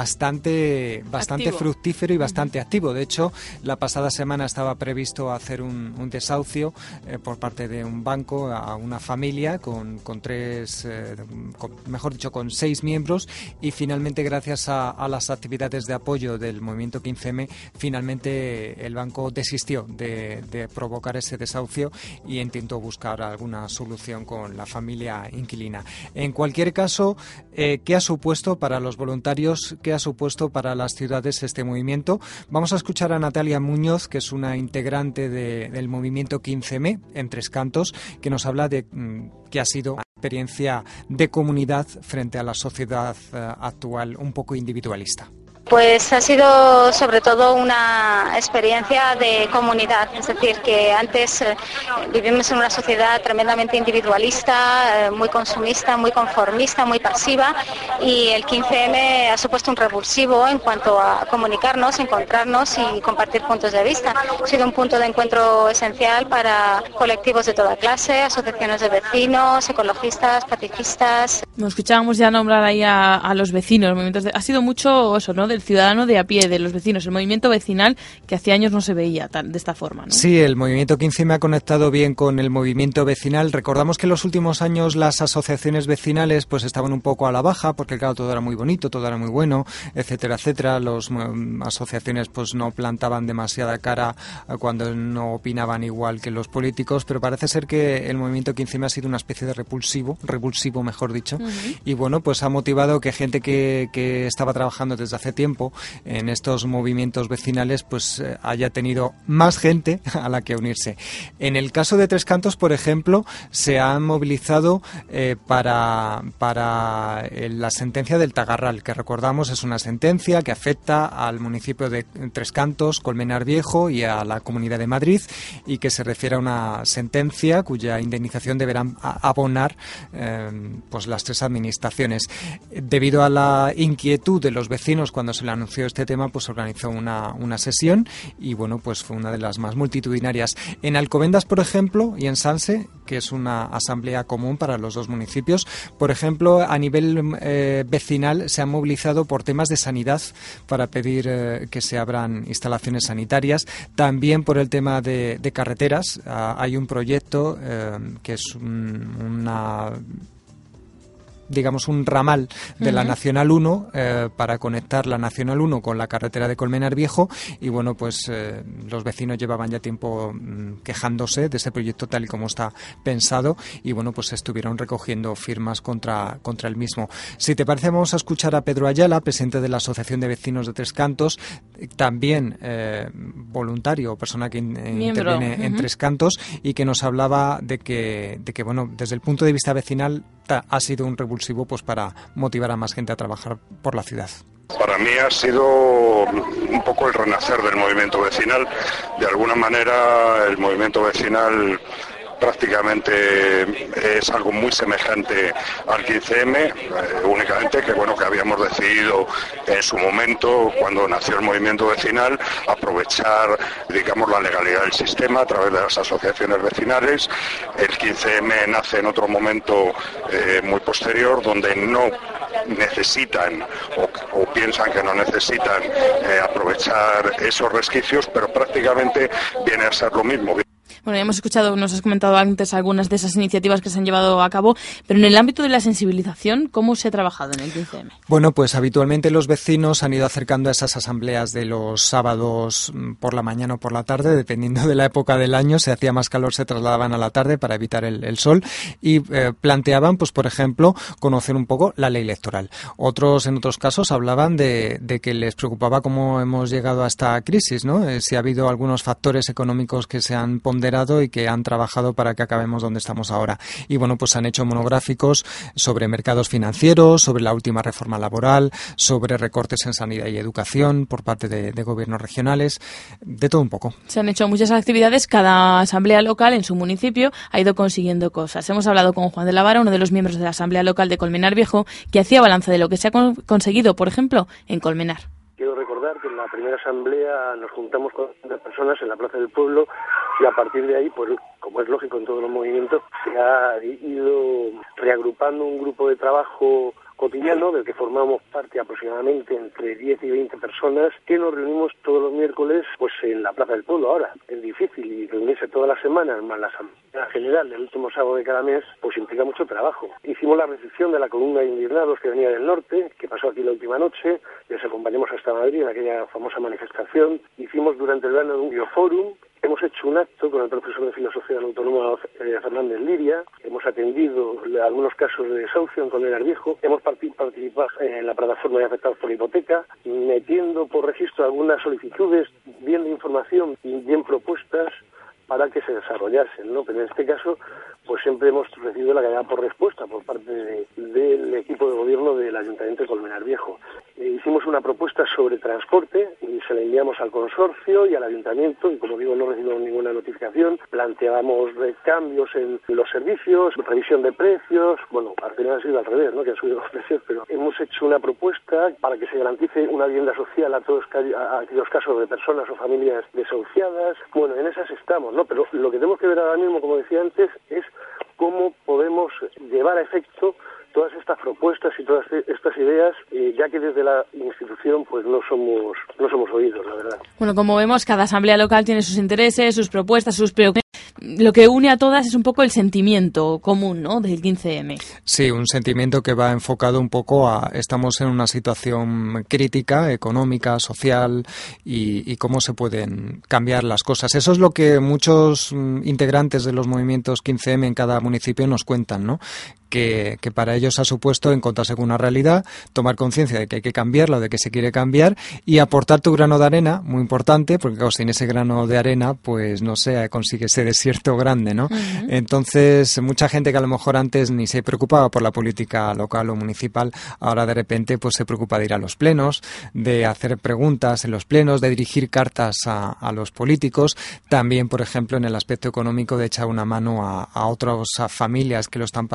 bastante bastante activo, fructífero y bastante uh-huh. activo. De hecho, la pasada semana estaba previsto hacer un, un desahucio eh, por parte de un banco a una familia con, con tres, eh, con, mejor dicho, con seis miembros, y finalmente gracias a, a las actividades de apoyo del movimiento quince eme, finalmente el banco desistió de, de provocar ese desahucio y intentó buscar alguna solución con la familia inquilina. En cualquier caso, eh, ¿qué ha supuesto para los voluntarios, qué ha supuesto para las ciudades este movimiento? Vamos a escuchar a Natalia Muñoz, que es una integrante de, del movimiento quince eme en Tres Cantos, que nos habla de mm, qué ha sido una experiencia de comunidad frente a la sociedad uh, actual un poco individualista. Pues ha sido sobre todo una experiencia de comunidad, es decir, que antes eh, vivimos en una sociedad tremendamente individualista, eh, muy consumista, muy conformista, muy pasiva, y el quince eme ha supuesto un revulsivo en cuanto a comunicarnos, encontrarnos y compartir puntos de vista. Ha sido un punto de encuentro esencial para colectivos de toda clase, asociaciones de vecinos, ecologistas, pacifistas. Nos escuchábamos ya nombrar ahí a, a los vecinos, movimientos de, ha sido mucho eso, ¿no?, del ciudadano de a pie, de los vecinos, el movimiento vecinal que hace años no se veía tan, de esta forma, ¿no? Sí, el movimiento quince eme ha conectado bien con el movimiento vecinal. Recordamos que en los últimos años las asociaciones vecinales pues estaban un poco a la baja, porque claro, todo era muy bonito, todo era muy bueno, etcétera, etcétera. Las um, asociaciones pues no plantaban demasiada cara cuando no opinaban igual que los políticos, pero parece ser que el movimiento quince eme ha sido una especie de repulsivo, repulsivo mejor dicho, uh-huh. y bueno, pues ha motivado que gente que, que estaba trabajando desde hace tiempo en estos movimientos vecinales pues eh, haya tenido más gente a la que unirse. En el caso de Tres Cantos, por ejemplo, se han movilizado eh, para, para eh, la sentencia del Tagarral, que recordamos es una sentencia que afecta al municipio de Tres Cantos, Colmenar Viejo y a la Comunidad de Madrid, y que se refiere a una sentencia cuya indemnización deberán abonar eh, pues las tres administraciones. Debido a la inquietud de los vecinos cuando se le anunció este tema, pues organizó una, una sesión y bueno, pues fue una de las más multitudinarias. En Alcobendas, por ejemplo, y en Sanse, que es una asamblea común para los dos municipios, por ejemplo, a nivel eh, vecinal se han movilizado por temas de sanidad para pedir eh, que se abran instalaciones sanitarias. También por el tema de, de carreteras. Uh, hay un proyecto eh, que es un, una... digamos un ramal de uh-huh. la Nacional uno eh, para conectar la Nacional uno con la carretera de Colmenar Viejo y bueno, pues eh, los vecinos llevaban ya tiempo mm, quejándose de ese proyecto tal y como está pensado y bueno, pues estuvieron recogiendo firmas contra, contra el mismo. Si te parece, vamos a escuchar a Pedro Ayala, presidente de la Asociación de Vecinos de Tres Cantos, también eh, voluntario, persona que in, interviene uh-huh. en Tres Cantos y que nos hablaba de que, de que bueno, desde el punto de vista vecinal ha sido un revulsivo pues para motivar a más gente a trabajar por la ciudad. Para mí ha sido un poco el renacer del movimiento vecinal. De alguna manera el movimiento vecinal prácticamente es algo muy semejante al quince eme, eh, únicamente que bueno que habíamos decidido en su momento, cuando nació el movimiento vecinal, aprovechar, digamos, la legalidad del sistema a través de las asociaciones vecinales. El quince eme nace en otro momento eh, muy posterior, donde no necesitan o, o piensan que no necesitan eh, aprovechar esos resquicios, pero prácticamente viene a ser lo mismo. Bueno, ya hemos escuchado, nos has comentado antes algunas de esas iniciativas que se han llevado a cabo, pero en el ámbito de la sensibilización, ¿cómo se ha trabajado en el quince eme? Bueno, pues habitualmente los vecinos han ido acercando a esas asambleas de los sábados por la mañana o por la tarde, dependiendo de la época del año. Si hacía más calor se trasladaban a la tarde para evitar el, el sol y eh, planteaban, pues por ejemplo, conocer un poco la ley electoral. Otros, en otros casos, hablaban de, de que les preocupaba cómo hemos llegado a esta crisis, ¿no? Eh, si ha habido algunos factores económicos que se han ponderado y que han trabajado para que acabemos donde estamos ahora. Y bueno, pues han hecho monográficos sobre mercados financieros, sobre la última reforma laboral, sobre recortes en sanidad y educación por parte de, de gobiernos regionales, de todo un poco. Se han hecho muchas actividades, cada asamblea local en su municipio ha ido consiguiendo cosas. Hemos hablado con Juan de la Vara, uno de los miembros de la asamblea local de Colmenar Viejo, que hacía balance de lo que se ha con- conseguido, por ejemplo, en Colmenar. Quiero recordar que en la primera asamblea nos juntamos con personas en la Plaza del Pueblo y a partir de ahí, pues como es lógico en todos los movimientos, se ha ido reagrupando un grupo de trabajo cotidiano del que formamos parte aproximadamente entre diez y veinte personas que nos reunimos todos los miércoles pues en la Plaza del Pueblo. Ahora es difícil y reunirse todas las semanas más la asamblea general del último sábado de cada mes pues implica mucho trabajo. Hicimos la recepción de la columna de indignados que venía del norte, que pasó aquí la última noche, les acompañamos hasta Madrid en aquella famosa manifestación. Hicimos durante el verano un bioforum. Hemos hecho un acto con el profesor de Filosofía de la Autónoma eh, Fernández Liria, hemos atendido algunos casos de desahucio en Colmenar Viejo, hemos participado en la plataforma de afectados por hipoteca, metiendo por registro algunas solicitudes, viendo información y bien propuestas para que se desarrollasen, ¿no? Pero en este caso, pues siempre hemos recibido la calidad por respuesta por parte de, del equipo de gobierno del Ayuntamiento de Colmenar Viejo. Eh, hicimos una propuesta sobre transporte y se la enviamos al consorcio y al ayuntamiento y, como digo, no recibimos ninguna notificación. Planteábamos cambios en los servicios, revisión de precios. Bueno, al final ha sido al revés, ¿no? Que han subido los precios, pero hemos hecho una propuesta para que se garantice una vivienda social a todos a aquellos casos de personas o familias desahuciadas. Bueno, en esas estamos, ¿no? Pero lo que tenemos que ver ahora mismo, como decía antes, es cómo podemos llevar a efecto todas estas propuestas y todas estas ideas, eh, ya que desde la institución pues no somos no somos oídos, la verdad. Bueno, como vemos, cada asamblea local tiene sus intereses, sus propuestas, sus preocupaciones. Lo que une a todas es un poco el sentimiento común, ¿no?, del quince eme. Sí, un sentimiento que va enfocado un poco a estamos en una situación crítica, económica, social y, y cómo se pueden cambiar las cosas. Eso es lo que muchos integrantes de los movimientos quince eme en cada municipio nos cuentan, ¿no? Que, que para ellos ha supuesto encontrarse con una realidad, tomar conciencia de que hay que cambiarla o de que se quiere cambiar y aportar tu grano de arena, muy importante, porque claro, sin ese grano de arena, pues no sé, consigue ese desierto grande, ¿no? Uh-huh. Entonces, mucha gente que a lo mejor antes ni se preocupaba por la política local o municipal, ahora de repente pues se preocupa de ir a los plenos, de hacer preguntas en los plenos, de dirigir cartas a, a los políticos, también, por ejemplo, en el aspecto económico, de echar una mano a, a otras a familias que lo están pasando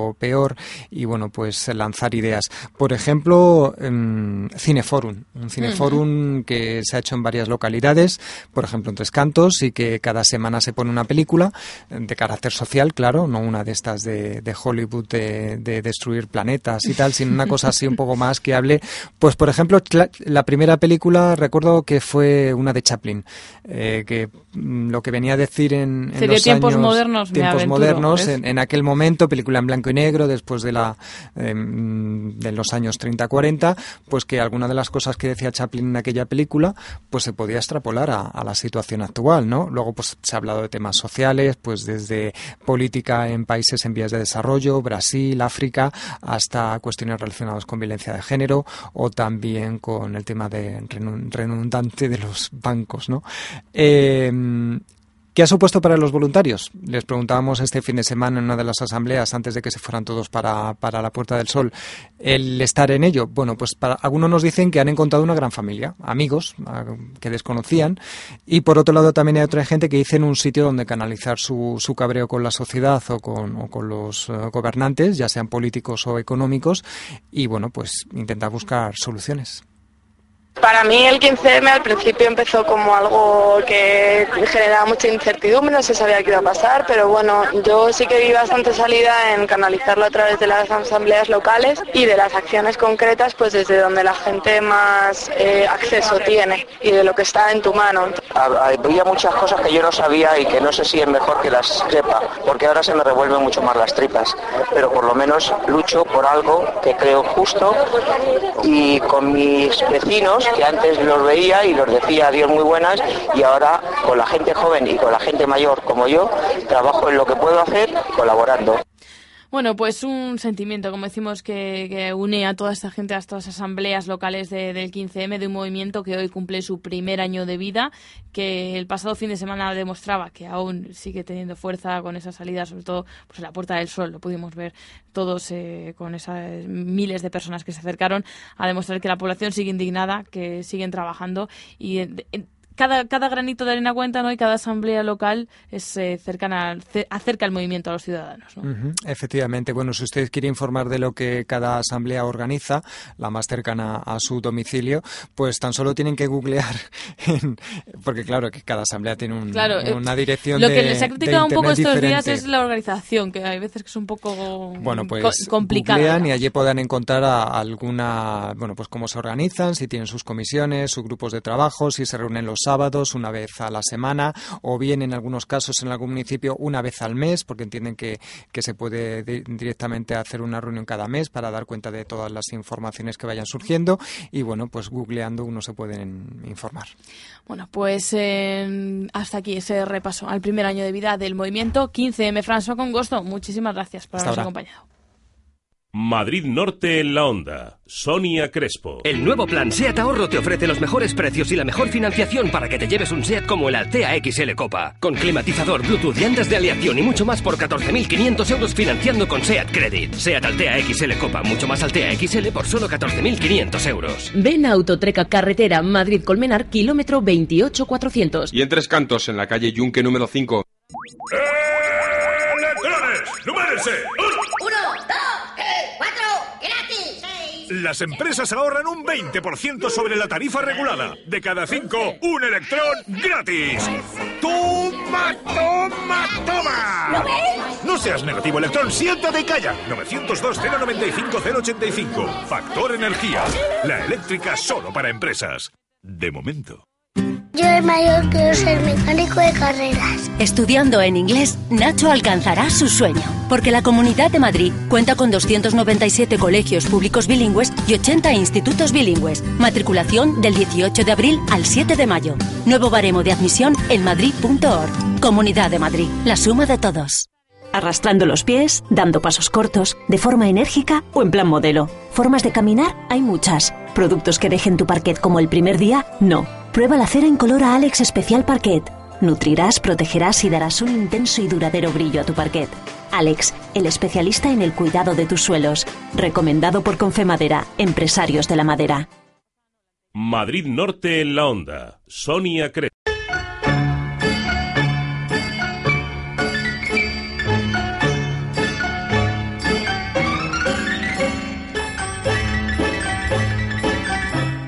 o peor, y bueno, pues lanzar ideas. Por ejemplo, um, Cineforum, un Cineforum uh-huh. que se ha hecho en varias localidades, por ejemplo en Tres Cantos, y que cada semana se pone una película de carácter social, claro, no una de estas de, de Hollywood de, de destruir planetas y tal, sino una cosa así un poco más que hable. Pues por ejemplo, la primera película recuerdo que fue una de Chaplin, eh, que mm, lo que venía a decir en, en los tiempos años modernos, tiempos modernos en, en aquel momento, película en blanco y negro, después de la eh, de los años treinta cuarenta, pues que alguna de las cosas que decía Chaplin en aquella película pues se podía extrapolar a, a la situación actual, ¿no? Luego pues se ha hablado de temas sociales, pues desde política en países en vías de desarrollo, Brasil, África, hasta cuestiones relacionadas con violencia de género, o también con el tema de redundante de los bancos, ¿no? Eh, ¿Qué ha supuesto para los voluntarios? Les preguntábamos este fin de semana en una de las asambleas, antes de que se fueran todos para, para la Puerta del Sol, el estar en ello. Bueno, pues para, algunos nos dicen que han encontrado una gran familia, amigos que desconocían, y por otro lado también hay otra gente que dicen un sitio donde canalizar su, su cabreo con la sociedad o con, o con los uh, gobernantes, ya sean políticos o económicos, y bueno, pues intentar buscar soluciones. Para mí el quince eme al principio empezó como algo que generaba mucha incertidumbre, no se sabía qué iba a pasar, pero bueno, yo sí que vi bastante salida en canalizarlo a través de las asambleas locales y de las acciones concretas, pues desde donde la gente más eh, acceso tiene y de lo que está en tu mano. Había muchas cosas que yo no sabía y que no sé si es mejor que las sepa, porque ahora se me revuelven mucho más las tripas, pero por lo menos lucho por algo que creo justo, y con mis vecinos, que antes los veía y los decía adiós muy buenas, y ahora con la gente joven y con la gente mayor como yo trabajo en lo que puedo hacer colaborando. Bueno, pues un sentimiento, como decimos, que, que une a toda esta gente, a estas asambleas locales de, del quince eme, de un movimiento que hoy cumple su primer año de vida, que el pasado fin de semana demostraba que aún sigue teniendo fuerza con esa salida, sobre todo pues en la Puerta del Sol. Lo pudimos ver todos eh, con esas miles de personas que se acercaron a demostrar que la población sigue indignada, que siguen trabajando, y en, en, Cada, cada granito de arena cuenta, ¿no? Y cada asamblea local es eh, cercana, acerca el movimiento a los ciudadanos, ¿no? Uh-huh. Efectivamente. Bueno, si usted quiere informar de lo que cada asamblea organiza, la más cercana a su domicilio, pues tan solo tienen que googlear, en, porque claro, que cada asamblea tiene un, claro, una dirección de de Lo que les ha criticado un poco estos diferente. días es la organización, que hay veces que es un poco bueno, pues, co- complicada. Googlean y allí podrán encontrar a alguna, bueno, pues cómo se organizan, si tienen sus comisiones, sus grupos de trabajo, si se reúnen los sábados una vez a la semana, o bien en algunos casos en algún municipio una vez al mes, porque entienden que, que se puede de, directamente hacer una reunión cada mes para dar cuenta de todas las informaciones que vayan surgiendo, y bueno, pues googleando uno se pueden informar. Bueno, pues eh, hasta aquí ese repaso al primer año de vida del movimiento quince eme. François Congosto, muchísimas gracias por habernos acompañado. Madrid Norte en la Onda. Sonia Crespo. El nuevo plan SEAT Ahorro te ofrece los mejores precios y la mejor financiación para que te lleves un SEAT como el Altea X L Copa. Con climatizador, Bluetooth, llantas de aleación y mucho más por catorce mil quinientos euros financiando con SEAT Credit. SEAT Altea X L Copa, mucho más Altea X L por solo catorce mil quinientos euros. Ven a Autotreca Carretera Madrid-Colmenar, kilómetro veintiocho cuatrocientos. Y en Tres Cantos, en la calle Yunque número cinco. ¡Electrones! ¡Numérense! Uno, dos, tres, cuatro, gratis, seis. Las empresas ahorran un veinte por ciento sobre la tarifa regulada. De cada cinco, un electrón gratis. ¡Toma, toma, toma! ¿Lo ves? No seas negativo, electrón, siéntate y calla. novecientos dos, cero noventa y cinco, cero ochenta y cinco. Factor Energía. La eléctrica solo para empresas. De momento. Yo de mayor quiero ser mecánico de carreras. Estudiando en inglés, Nacho alcanzará su sueño, porque la Comunidad de Madrid cuenta con doscientos noventa y siete colegios públicos bilingües y ochenta institutos bilingües. Matriculación del dieciocho de abril al siete de mayo. Nuevo baremo de admisión en madrid punto org. Comunidad de Madrid, la suma de todos. Arrastrando los pies, dando pasos cortos, de forma enérgica o en plan modelo. Formas de caminar hay muchas. Productos que dejen tu parquet como el primer día, no. Prueba la cera incolora Alex Especial Parquet. Nutrirás, protegerás y darás un intenso y duradero brillo a tu parquet. Alex, el especialista en el cuidado de tus suelos. Recomendado por Confemadera, empresarios de la madera. Madrid Norte en la Onda. Sonia Crespo.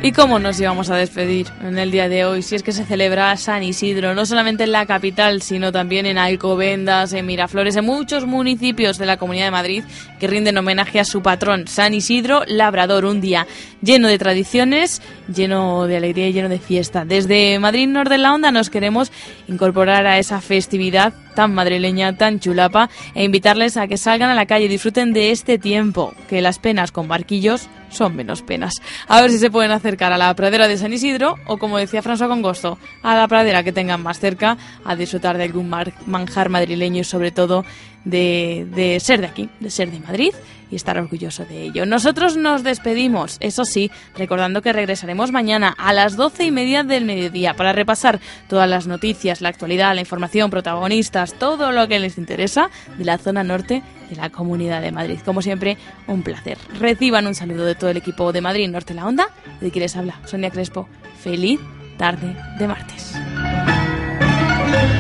¿Y cómo nos íbamos a despedir en el día de hoy? Si es que se celebra San Isidro, no solamente en la capital, sino también en Alcobendas, en Miraflores, en muchos municipios de la Comunidad de Madrid que rinden homenaje a su patrón, San Isidro Labrador. Un día lleno de tradiciones, lleno de alegría y lleno de fiesta. Desde Madrid Norte en la Onda nos queremos incorporar a esa festividad tan madrileña, tan chulapa, e invitarles a que salgan a la calle y disfruten de este tiempo, que las penas con barquillos son menos penas. A ver si se pueden acercar a la pradera de San Isidro o, como decía François Congosto, a la pradera que tengan más cerca, a disfrutar de algún mar- manjar madrileño y sobre todo de, de ser de aquí, de ser de Madrid y estar orgulloso de ello. Nosotros nos despedimos, eso sí, recordando que regresaremos mañana a las doce y media del mediodía para repasar todas las noticias, la actualidad, la información, protagonistas, todo lo que les interesa de la zona norte de la Comunidad de Madrid. Como siempre, un placer. Reciban un saludo de todo el equipo de Madrid Norte la Onda, de quien les habla Sonia Crespo. Feliz tarde de martes.